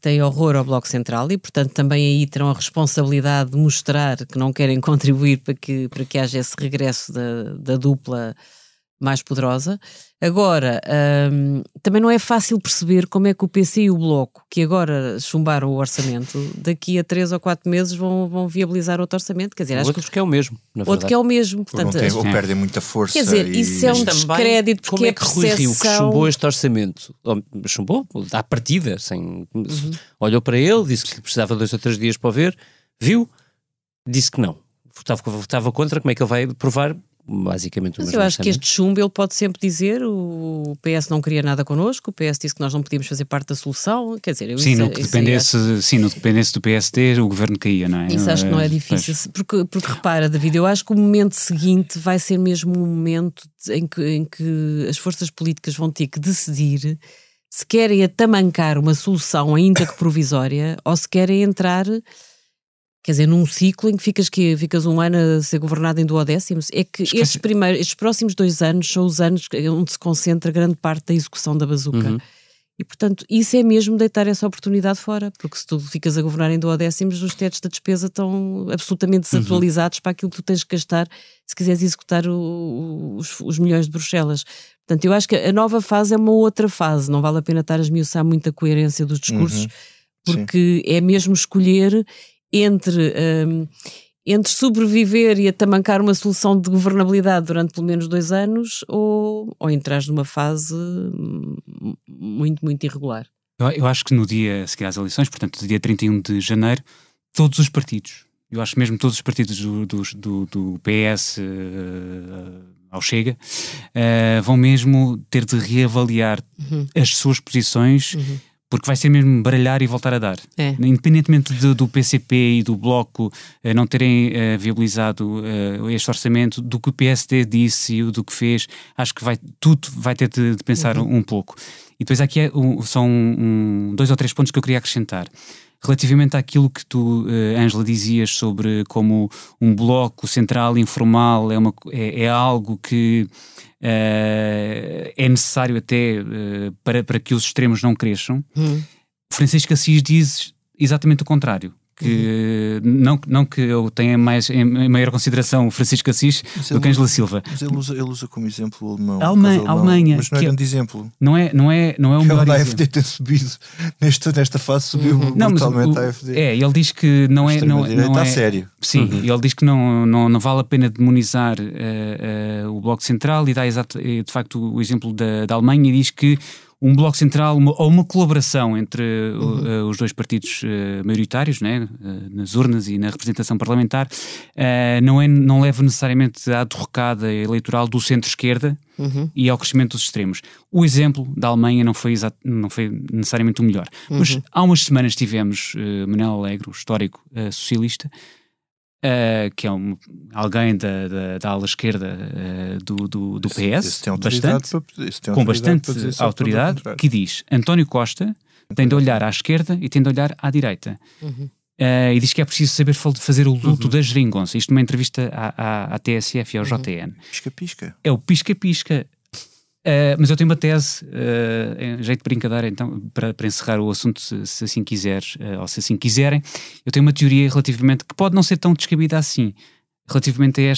Speaker 8: portanto também aí terão a responsabilidade de mostrar que não querem contribuir para que haja esse regresso da dupla mais poderosa. Agora, também não é fácil perceber como é que o PC e o Bloco, que agora chumbaram o orçamento, daqui a 3 ou 4 meses vão viabilizar outro orçamento. Quer dizer,
Speaker 5: outro que é o mesmo, na verdade.
Speaker 8: Outro que é o mesmo.
Speaker 6: Portanto, ou perdem muita força.
Speaker 8: Quer dizer, isso é um descrédito, porque
Speaker 5: como é que Rui Rio, que chumbou este orçamento, chumbou à partida, olhou para ele, disse que precisava de 2 ou 3 dias para o ver, viu, disse que não. Votava contra, como é que ele vai provar? Basicamente o mesmo.
Speaker 8: Mas eu acho que este chumbo ele pode sempre dizer: o PS não queria nada connosco, o PS disse que nós não podíamos fazer parte da solução. Quer dizer,
Speaker 7: no que dependesse do PSD, o governo caía, não é?
Speaker 8: Isso acho que não é difícil, porque repara, David, eu acho que o momento seguinte vai ser mesmo um momento em que as forças políticas vão ter que decidir se querem atamancar uma solução, ainda que provisória, ou se querem entrar. Quer dizer, num ciclo em que ficas 1 ano a ser governado em duodécimos. É que estes próximos 2 anos são os anos onde se concentra grande parte da execução da bazuca. E, portanto, isso é mesmo deitar essa oportunidade fora, porque se tu ficas a governar em duodécimos, os tetos da despesa estão absolutamente desatualizados para aquilo que tu tens que gastar se quiseres executar os milhões de Bruxelas. Portanto, eu acho que a nova fase é uma outra fase. Não vale a pena estar a esmiuçar muito a coerência dos discursos, porque é mesmo escolher entre sobreviver e atamancar uma solução de governabilidade durante pelo menos 2 anos ou entrar numa fase muito, muito irregular.
Speaker 7: Eu acho que no dia a seguir às eleições, portanto, no dia 31 de janeiro, todos os partidos, eu acho mesmo todos os partidos do PS ao Chega, vão mesmo ter de reavaliar as suas posições, porque vai ser mesmo baralhar e voltar a dar. Independentemente do PCP e do Bloco não terem viabilizado este orçamento, do que o PSD disse e do que fez, acho que tudo vai ter de pensar um pouco. E depois aqui são 2 ou 3 pontos que eu queria acrescentar. Relativamente àquilo que tu, Ângela, dizias sobre como um bloco central informal é algo que é necessário até para que os extremos não cresçam. Francisco Assis diz exatamente o contrário. Que não que eu tenha em maior consideração o Francisco Assis do que Ângela Silva.
Speaker 6: Mas ele usa como exemplo o alemão.
Speaker 7: A Alemanha.
Speaker 6: Mas não é grande exemplo.
Speaker 7: Não é o melhor exemplo.
Speaker 6: A AfD tem subido, nesta fase subiu brutalmente a AfD.
Speaker 7: Ele diz que não é...
Speaker 6: Está sério.
Speaker 7: Sim, ele diz que não vale a pena demonizar o Bloco Central e dá de facto o exemplo da Alemanha e diz que um bloco central ou uma colaboração entre os 2 partidos maioritários, né, nas urnas e na representação parlamentar, não leva necessariamente à derrocada eleitoral do centro-esquerda e ao crescimento dos extremos. O exemplo da Alemanha não foi necessariamente o melhor. Mas há umas semanas tivemos Manuel Alegre, o histórico socialista, que é alguém da ala esquerda do PS,
Speaker 6: esse tem autoridade
Speaker 7: com bastante autoridade, que diz: António Costa tem de olhar à esquerda e tem de olhar à direita. E diz que é preciso saber fazer o luto da geringonça. Isto numa entrevista à TSF e ao JN.
Speaker 6: Pisca-pisca.
Speaker 7: É o pisca-pisca. Mas eu tenho uma tese, em jeito de brincadeira, então, para encerrar o assunto, se assim quiseres, ou se assim quiserem. Eu tenho uma teoria relativamente, que pode não ser tão descabida assim, relativamente a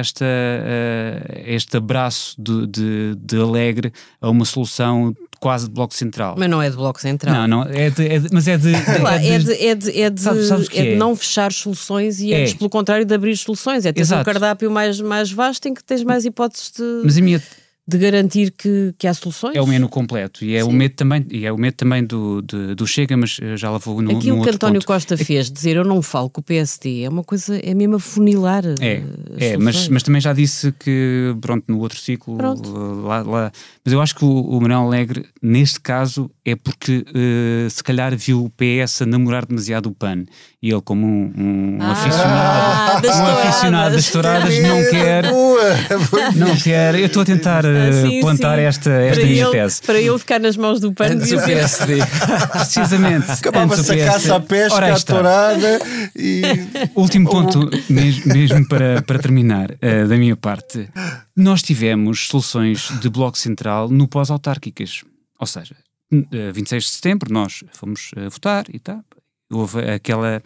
Speaker 7: este abraço de Alegre a uma solução quase de Bloco Central.
Speaker 8: Mas não é de Bloco Central.
Speaker 7: Não, mas é de...
Speaker 8: Sabes de não fechar soluções e antes, pelo contrário, de abrir soluções. É ter um cardápio mais vasto em que tens mais hipóteses de garantir que há soluções.
Speaker 7: É o menu completo e é o medo também do Chega, mas já lá vou no
Speaker 8: Aquilo que António
Speaker 7: ponto.
Speaker 8: Costa fez, dizer eu não falo com o PSD, é uma coisa, é mesmo afunilar.
Speaker 7: Mas também já disse que, pronto, no outro ciclo, lá, mas eu acho que o Manuel Alegre, neste caso, é porque se calhar viu o PS a namorar demasiado o PAN e ele, como um aficionado das touradas, não quer. Eu estou a tentar plantar esta minha tese.
Speaker 8: Para ele ficar nas mãos do PAN
Speaker 5: Antes o PSD.
Speaker 7: Precisamente.
Speaker 6: Acabava-se a caça, a pesca, a tourada e...
Speaker 7: Último ponto, mesmo para terminar, da minha parte. Nós tivemos soluções de Bloco Central no pós-autárquicas. Ou seja, 26 de setembro nós fomos votar e tal. Houve aquela...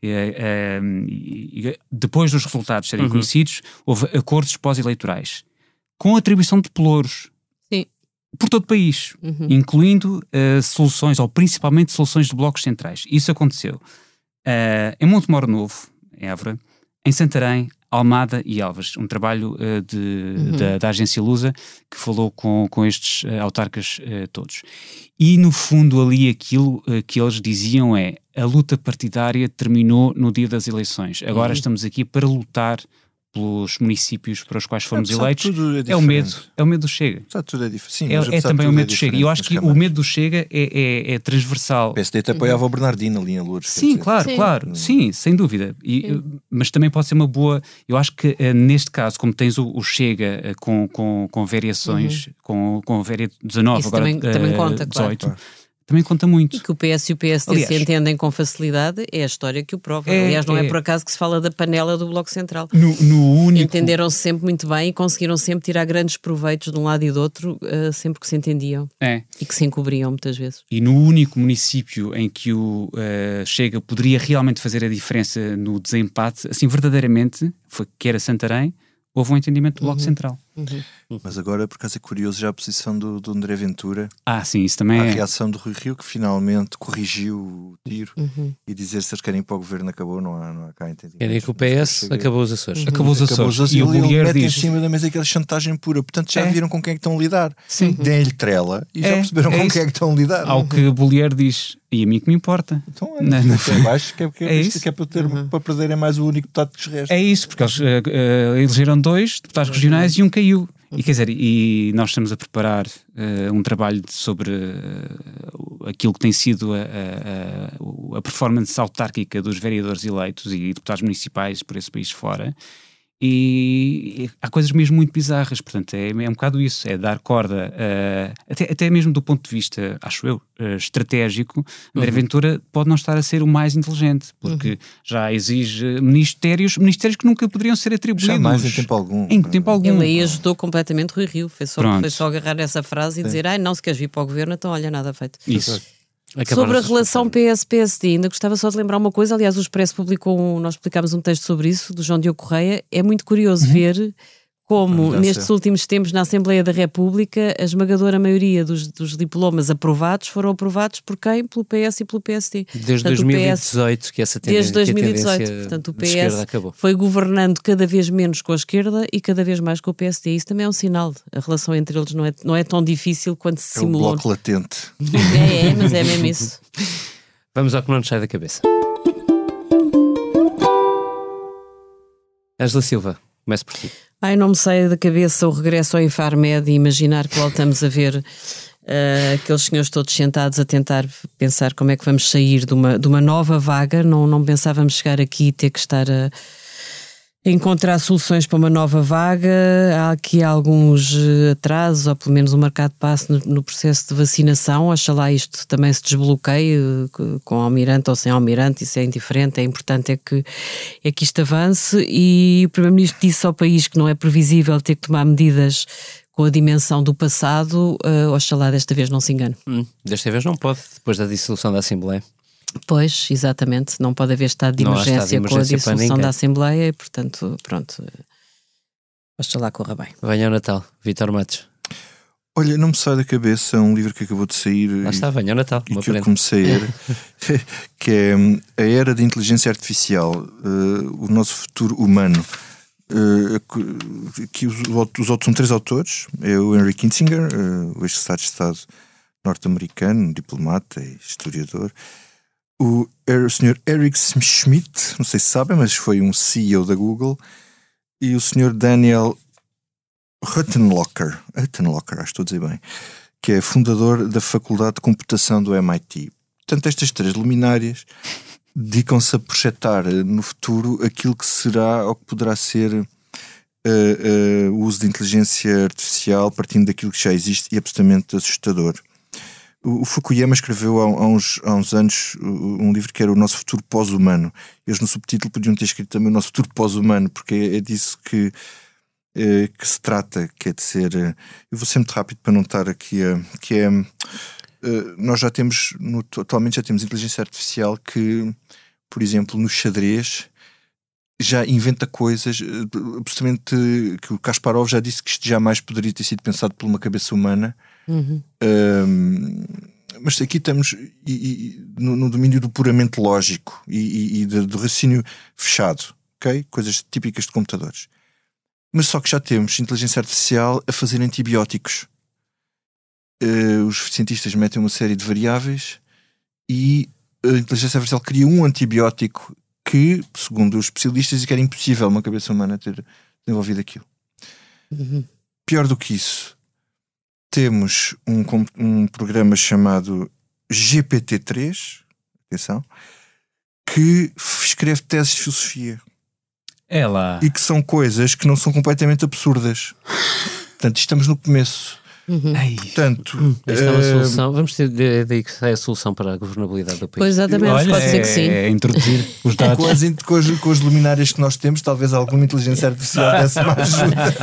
Speaker 7: depois dos resultados serem conhecidos, houve acordos pós-eleitorais com atribuição de pelouros por todo o país, incluindo soluções, ou principalmente soluções de blocos centrais. Isso aconteceu em Montemor Novo, em Évora, em Santarém, Almada e Elvas, um trabalho da agência Lusa que falou com estes autarcas todos. E no fundo ali aquilo que eles diziam é: a luta partidária terminou no dia das eleições, agora estamos aqui para lutar pelos municípios para os quais fomos eleitos. É o medo do Chega.
Speaker 6: Tudo é diferente.
Speaker 7: É também o medo do Chega. E eu acho que o medo do Chega é transversal.
Speaker 6: O PSD até apoiava o Bernardino ali em Lourdes.
Speaker 7: Sim, claro. Sim, sem dúvida. Mas também pode ser uma boa... Eu acho que neste caso, como tens o Chega com variações, com 19,
Speaker 8: isso
Speaker 7: agora
Speaker 8: também conta,
Speaker 7: 18...
Speaker 8: Claro.
Speaker 7: Também conta muito.
Speaker 8: E que o PS e o PSD se entendem com facilidade é a história que o prova. Aliás, não é por acaso que se fala da panela do Bloco Central. Entenderam-se sempre muito bem e conseguiram sempre tirar grandes proveitos de um lado e do outro, sempre que se entendiam. E que se encobriam muitas vezes.
Speaker 7: E no único município em que o Chega poderia realmente fazer a diferença no desempate, assim verdadeiramente, que era Santarém, houve um entendimento do Bloco Central.
Speaker 6: Mas agora, por acaso, é curioso já a posição do André Ventura.
Speaker 7: Sim, isso também
Speaker 6: a reação do Rui Rio, que finalmente corrigiu o tiro e dizer se eles querem ir para o governo acabou, não há cá entendimento.
Speaker 5: Querem que o PS acabou os Açores.
Speaker 7: Acabou os Açores.
Speaker 6: E o Bolheiro diz... em cima da mesa aquela chantagem pura. Portanto, já viram com quem é que estão a lidar. Deem-lhe trela e já perceberam com quem é que estão a lidar.
Speaker 7: Ao que o Bolheiro diz... E a mim que me importa.
Speaker 6: Então é baixo, que é para perderem mais o único deputado que os resta.
Speaker 7: É isso, porque eles elegeram 2 deputados regionais e um caiu. E quer dizer, e nós estamos a preparar um trabalho sobre aquilo que tem sido a performance autárquica dos vereadores eleitos e deputados municipais por esse país fora. E há coisas mesmo muito bizarras, portanto é um bocado isso, é dar corda até mesmo do ponto de vista, acho eu, estratégico. André Ventura pode não estar a ser o mais inteligente, porque já exige ministérios que nunca poderiam ser atribuídos.
Speaker 6: Jamais em tempo algum.
Speaker 8: Ele aí ajudou completamente Rui Rio, foi só agarrar essa frase e dizer, não, se queres vir para o governo, então olha, nada feito.
Speaker 7: Isso.
Speaker 8: Sobre a relação PS-PSD, ainda gostava só de lembrar uma coisa. Aliás, o Expresso publicou, nós publicámos um texto sobre isso, do João Diogo Correia. É muito curioso ver como, nestes últimos tempos, na Assembleia da República, a esmagadora maioria dos diplomas aprovados foram aprovados por quem? Pelo PS e pelo PSD.
Speaker 5: Desde 2018 que essa tendência,
Speaker 8: desde 2018. Portanto, o PS foi governando cada vez menos com a esquerda e cada vez mais com o PSD. Isso também é um sinal. A relação entre eles não é tão difícil quanto se simulou.
Speaker 6: É um bloco latente.
Speaker 8: Mas é mesmo isso.
Speaker 5: Vamos ao que não nos sai da cabeça. Ângela Silva, começo por ti.
Speaker 8: Não me sai da cabeça o regresso ao Infarmed e imaginar que voltamos a ver aqueles senhores todos sentados a tentar pensar como é que vamos sair de uma nova vaga. Não pensávamos chegar aqui e ter que estar encontrar soluções para uma nova vaga. Há aqui alguns atrasos, ou pelo menos um marcado passo no processo de vacinação. Oxalá isto também se desbloqueie, com almirante ou sem almirante, isso é indiferente. É importante é que isto avance, e o Primeiro-Ministro disse ao país que não é previsível ter que tomar medidas com a dimensão do passado. Oxalá desta vez não se engane.
Speaker 5: Desta vez não pode, depois da dissolução da Assembleia.
Speaker 8: Pois, exatamente, não pode haver estado de
Speaker 5: Não há estado de
Speaker 8: emergência com a
Speaker 5: emergência para
Speaker 8: dissolução
Speaker 5: ninguém.
Speaker 8: da Assembleia, e portanto, pronto, oxalá corra bem.
Speaker 5: Venha ao Natal, Vítor Matos.
Speaker 6: Olha, não me sai da cabeça um livro que acabou de sair
Speaker 5: Lá está, venha ao Natal.
Speaker 6: e
Speaker 5: uma
Speaker 6: que eu
Speaker 5: prenda.
Speaker 6: comecei a ler, que é A Era da Inteligência Artificial, o nosso futuro humano. Que os outros são 3 autores. É o Henry Kissinger, o ex-secretário de Estado norte-americano, diplomata e historiador. O Sr. Eric Schmidt, não sei se sabem, mas foi um CEO da Google. E o Sr. Daniel Huttenlocher, acho que estou a dizer bem, que é fundador da Faculdade de Computação do MIT. Portanto, estas 3 luminárias dedicam-se a projetar no futuro aquilo que será ou que poderá ser o uso de inteligência artificial, partindo daquilo que já existe, e é absolutamente assustador. O Fukuyama escreveu há uns anos um livro que era O Nosso Futuro Pós-Humano. Eles no subtítulo podiam ter escrito também O Nosso Futuro Pós-Humano, porque é disso que se trata, que é de ser... eu vou ser muito rápido para não estar aqui nós já temos, atualmente já temos inteligência artificial que, por exemplo, no xadrez já inventa coisas absolutamente, que o Kasparov já disse que isto jamais poderia ter sido pensado por uma cabeça humana. Mas aqui estamos no domínio do puramente lógico e do raciocínio fechado, ok? Coisas típicas de computadores. Mas só que já temos inteligência artificial a fazer antibióticos. Os cientistas metem uma série de variáveis e a inteligência artificial cria um antibiótico que, segundo os especialistas, era impossível uma cabeça humana ter desenvolvido aquilo. Pior do que isso, temos um programa chamado GPT-3, atenção, que escreve teses de filosofia.
Speaker 7: É lá.
Speaker 6: E que são coisas que não são completamente absurdas. Portanto, estamos no começo. Portanto,
Speaker 5: Esta é uma solução. Vamos ter daí que sai a solução para a governabilidade do país.
Speaker 8: Pois, exatamente,
Speaker 7: Olha,
Speaker 8: pode ser que sim.
Speaker 7: É introduzir os dados.
Speaker 6: com as luminárias que nós temos, talvez alguma inteligência artificial desse mais ajuda.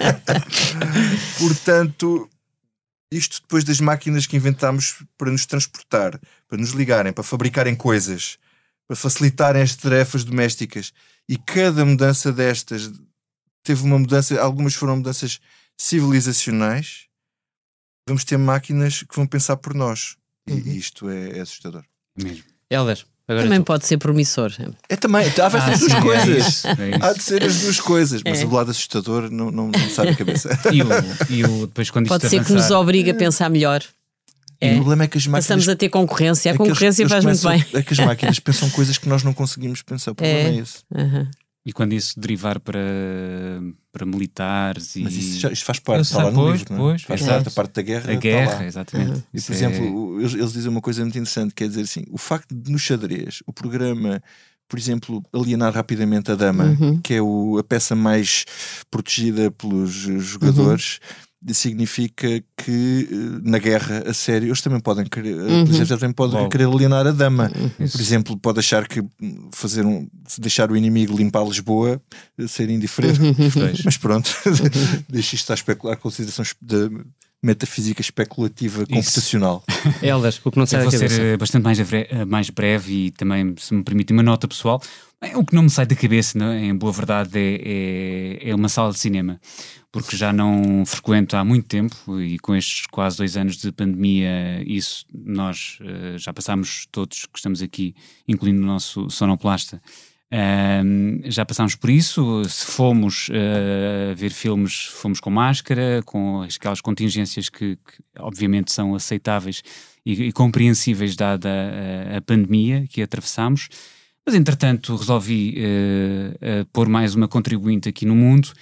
Speaker 6: Portanto, isto depois das máquinas que inventámos para nos transportar, para nos ligarem, para fabricarem coisas, para facilitarem as tarefas domésticas, e cada mudança destas teve uma mudança, algumas foram mudanças civilizacionais. Vamos ter máquinas que vão pensar por nós. E isto é assustador.
Speaker 7: Mesmo.
Speaker 5: Helder, agora
Speaker 8: Também
Speaker 5: tu.
Speaker 8: pode ser promissor.
Speaker 6: É também, vai ser as duas
Speaker 7: sim,
Speaker 6: coisas.
Speaker 7: é isso.
Speaker 6: Há de ser as duas coisas, mas o lado assustador não sai da cabeça.
Speaker 7: E depois quando
Speaker 8: Pode
Speaker 7: isto
Speaker 8: ser que nos
Speaker 7: avançar,
Speaker 8: obriga a pensar melhor.
Speaker 6: E o problema é que as máquinas...
Speaker 8: Passamos a ter concorrência. A
Speaker 6: é que eles-
Speaker 8: concorrência
Speaker 6: eles
Speaker 8: faz muito bem.
Speaker 6: começam- É que as máquinas pensam coisas que nós não conseguimos pensar. O problema é esse.
Speaker 7: e quando isso derivar para militares e
Speaker 6: Mas isto faz
Speaker 7: Eu
Speaker 6: parte, está lá
Speaker 7: sei,
Speaker 6: no
Speaker 7: pois,
Speaker 6: livro, não é?
Speaker 7: pois,
Speaker 6: Faz
Speaker 7: exato.
Speaker 6: parte, a parte da guerra
Speaker 7: a
Speaker 6: está
Speaker 7: guerra,
Speaker 6: lá.
Speaker 7: exatamente.
Speaker 6: E,
Speaker 7: Isso
Speaker 6: por
Speaker 7: é-
Speaker 6: exemplo, eles dizem uma coisa muito interessante, quer dizer assim, o facto de no xadrez o programa, por exemplo, alienar rapidamente a dama, que é a peça mais protegida pelos jogadores, significa que na guerra a sério eles também podem querer, a inteligência também pode
Speaker 7: Logo.
Speaker 6: querer alienar a dama.
Speaker 7: Isso.
Speaker 6: Por exemplo, pode achar que deixar o inimigo limpar Lisboa ser indiferente.
Speaker 7: Pois.
Speaker 6: Mas pronto, deixa isto à consideração da metafísica especulativa computacional.
Speaker 5: Helder, o que não sai
Speaker 7: Eu
Speaker 5: da
Speaker 7: vou
Speaker 5: cabeça.
Speaker 7: ser bastante mais breve e também, se me permite, uma nota pessoal. O que não me sai da cabeça, não é? Em boa verdade, é uma sala de cinema, porque já não frequento há muito tempo e com estes quase 2 anos de pandemia, isso nós já passámos todos que estamos aqui, incluindo o nosso sonoplasta, já passámos por isso. Se fomos ver filmes, fomos com máscara, com aquelas contingências que obviamente são aceitáveis e compreensíveis dada a pandemia que atravessámos. Mas entretanto resolvi pôr mais uma contribuinte aqui no mundo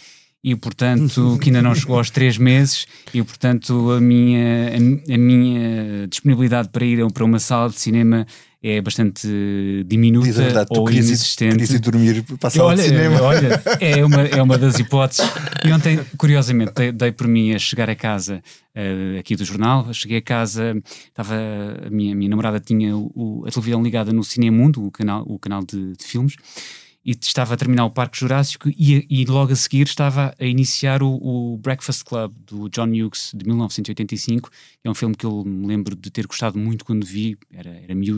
Speaker 7: e portanto que ainda não chegou aos 3 meses e portanto a minha disponibilidade para ir para uma sala de cinema é bastante diminuta.
Speaker 6: Diz a verdade, tu
Speaker 7: ou inexistente.
Speaker 6: querias ir dormir para a sala de cinema.
Speaker 7: Olha, é uma das hipóteses. E ontem, curiosamente, dei por mim a chegar a casa aqui do jornal. Cheguei a casa, estava, a minha namorada tinha a televisão ligada no Cinemundo, o canal de filmes, e estava a terminar o Parque Jurássico e logo a seguir estava a iniciar o Breakfast Club do John Hughes de 1985, que é um filme que eu me lembro de ter gostado muito quando vi, era miúdo,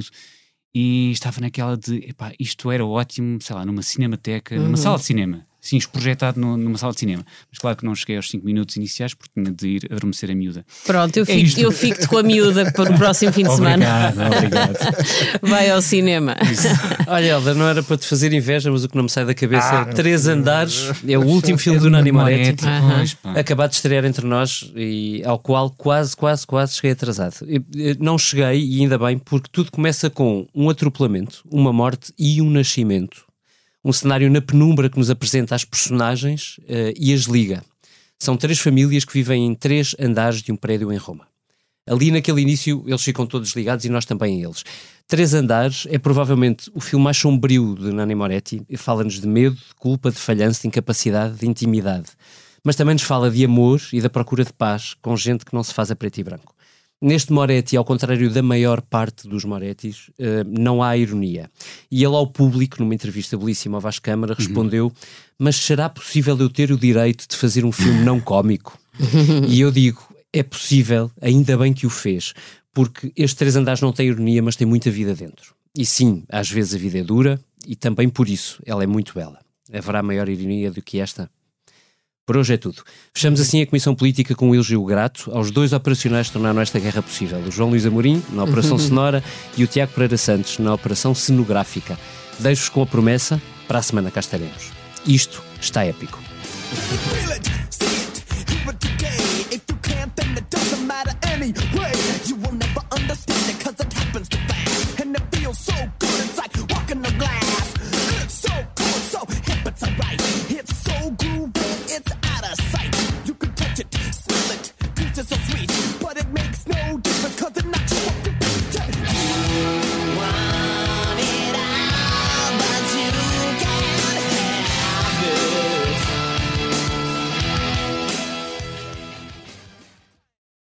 Speaker 7: e estava naquela de, epá, isto era ótimo, sei lá, numa cinemateca, numa sala de cinema, assim, projetado numa sala de cinema. Mas claro que não cheguei aos 5 minutos iniciais porque tinha de ir adormecer a miúda.
Speaker 8: Pronto, eu fico-te com a miúda para o próximo fim de semana.
Speaker 7: Obrigado.
Speaker 8: Vai ao cinema.
Speaker 5: Olha, Helder, não era para te fazer inveja, mas o que não me sai da cabeça é 3 Andares, é o último filme do Nani Moretti, acabado de estrear entre nós e ao qual quase cheguei atrasado. Não cheguei, e ainda bem, porque tudo começa com um atropelamento, uma morte e um nascimento. Um cenário na penumbra que nos apresenta as personagens e as liga. São 3 famílias que vivem em 3 andares de um prédio em Roma. Ali naquele início eles ficam todos ligados e nós também a eles. 3 Andares é provavelmente o filme mais sombrio de Nani Moretti. Fala-nos de medo, de culpa, de falhança, de incapacidade, de intimidade. Mas também nos fala de amor e da procura de paz com gente que não se faz a preto e branco. Neste Moretti, ao contrário da maior parte dos Morettis, não há ironia. E ele ao público, numa entrevista belíssima ao Vasco Câmara, respondeu: mas será possível eu ter o direito de fazer um filme não cómico? E eu digo, é possível, ainda bem que o fez, porque estes 3 Andares não têm ironia, mas têm muita vida dentro. E sim, às vezes a vida é dura, e também por isso ela é muito bela. Haverá maior ironia do que esta? Por hoje é tudo. Fechamos assim a Comissão Política com um elogio grato aos 2 operacionais que tornaram esta guerra possível. O João Luís Amorim, na Operação Sonora, e o Tiago Pereira Santos, na Operação Cenográfica. Deixo-vos com a promessa, para a semana cá estaremos. Isto está épico.
Speaker 9: Feel it, see it, hear it today. If you can't, then it doesn't matter anyway.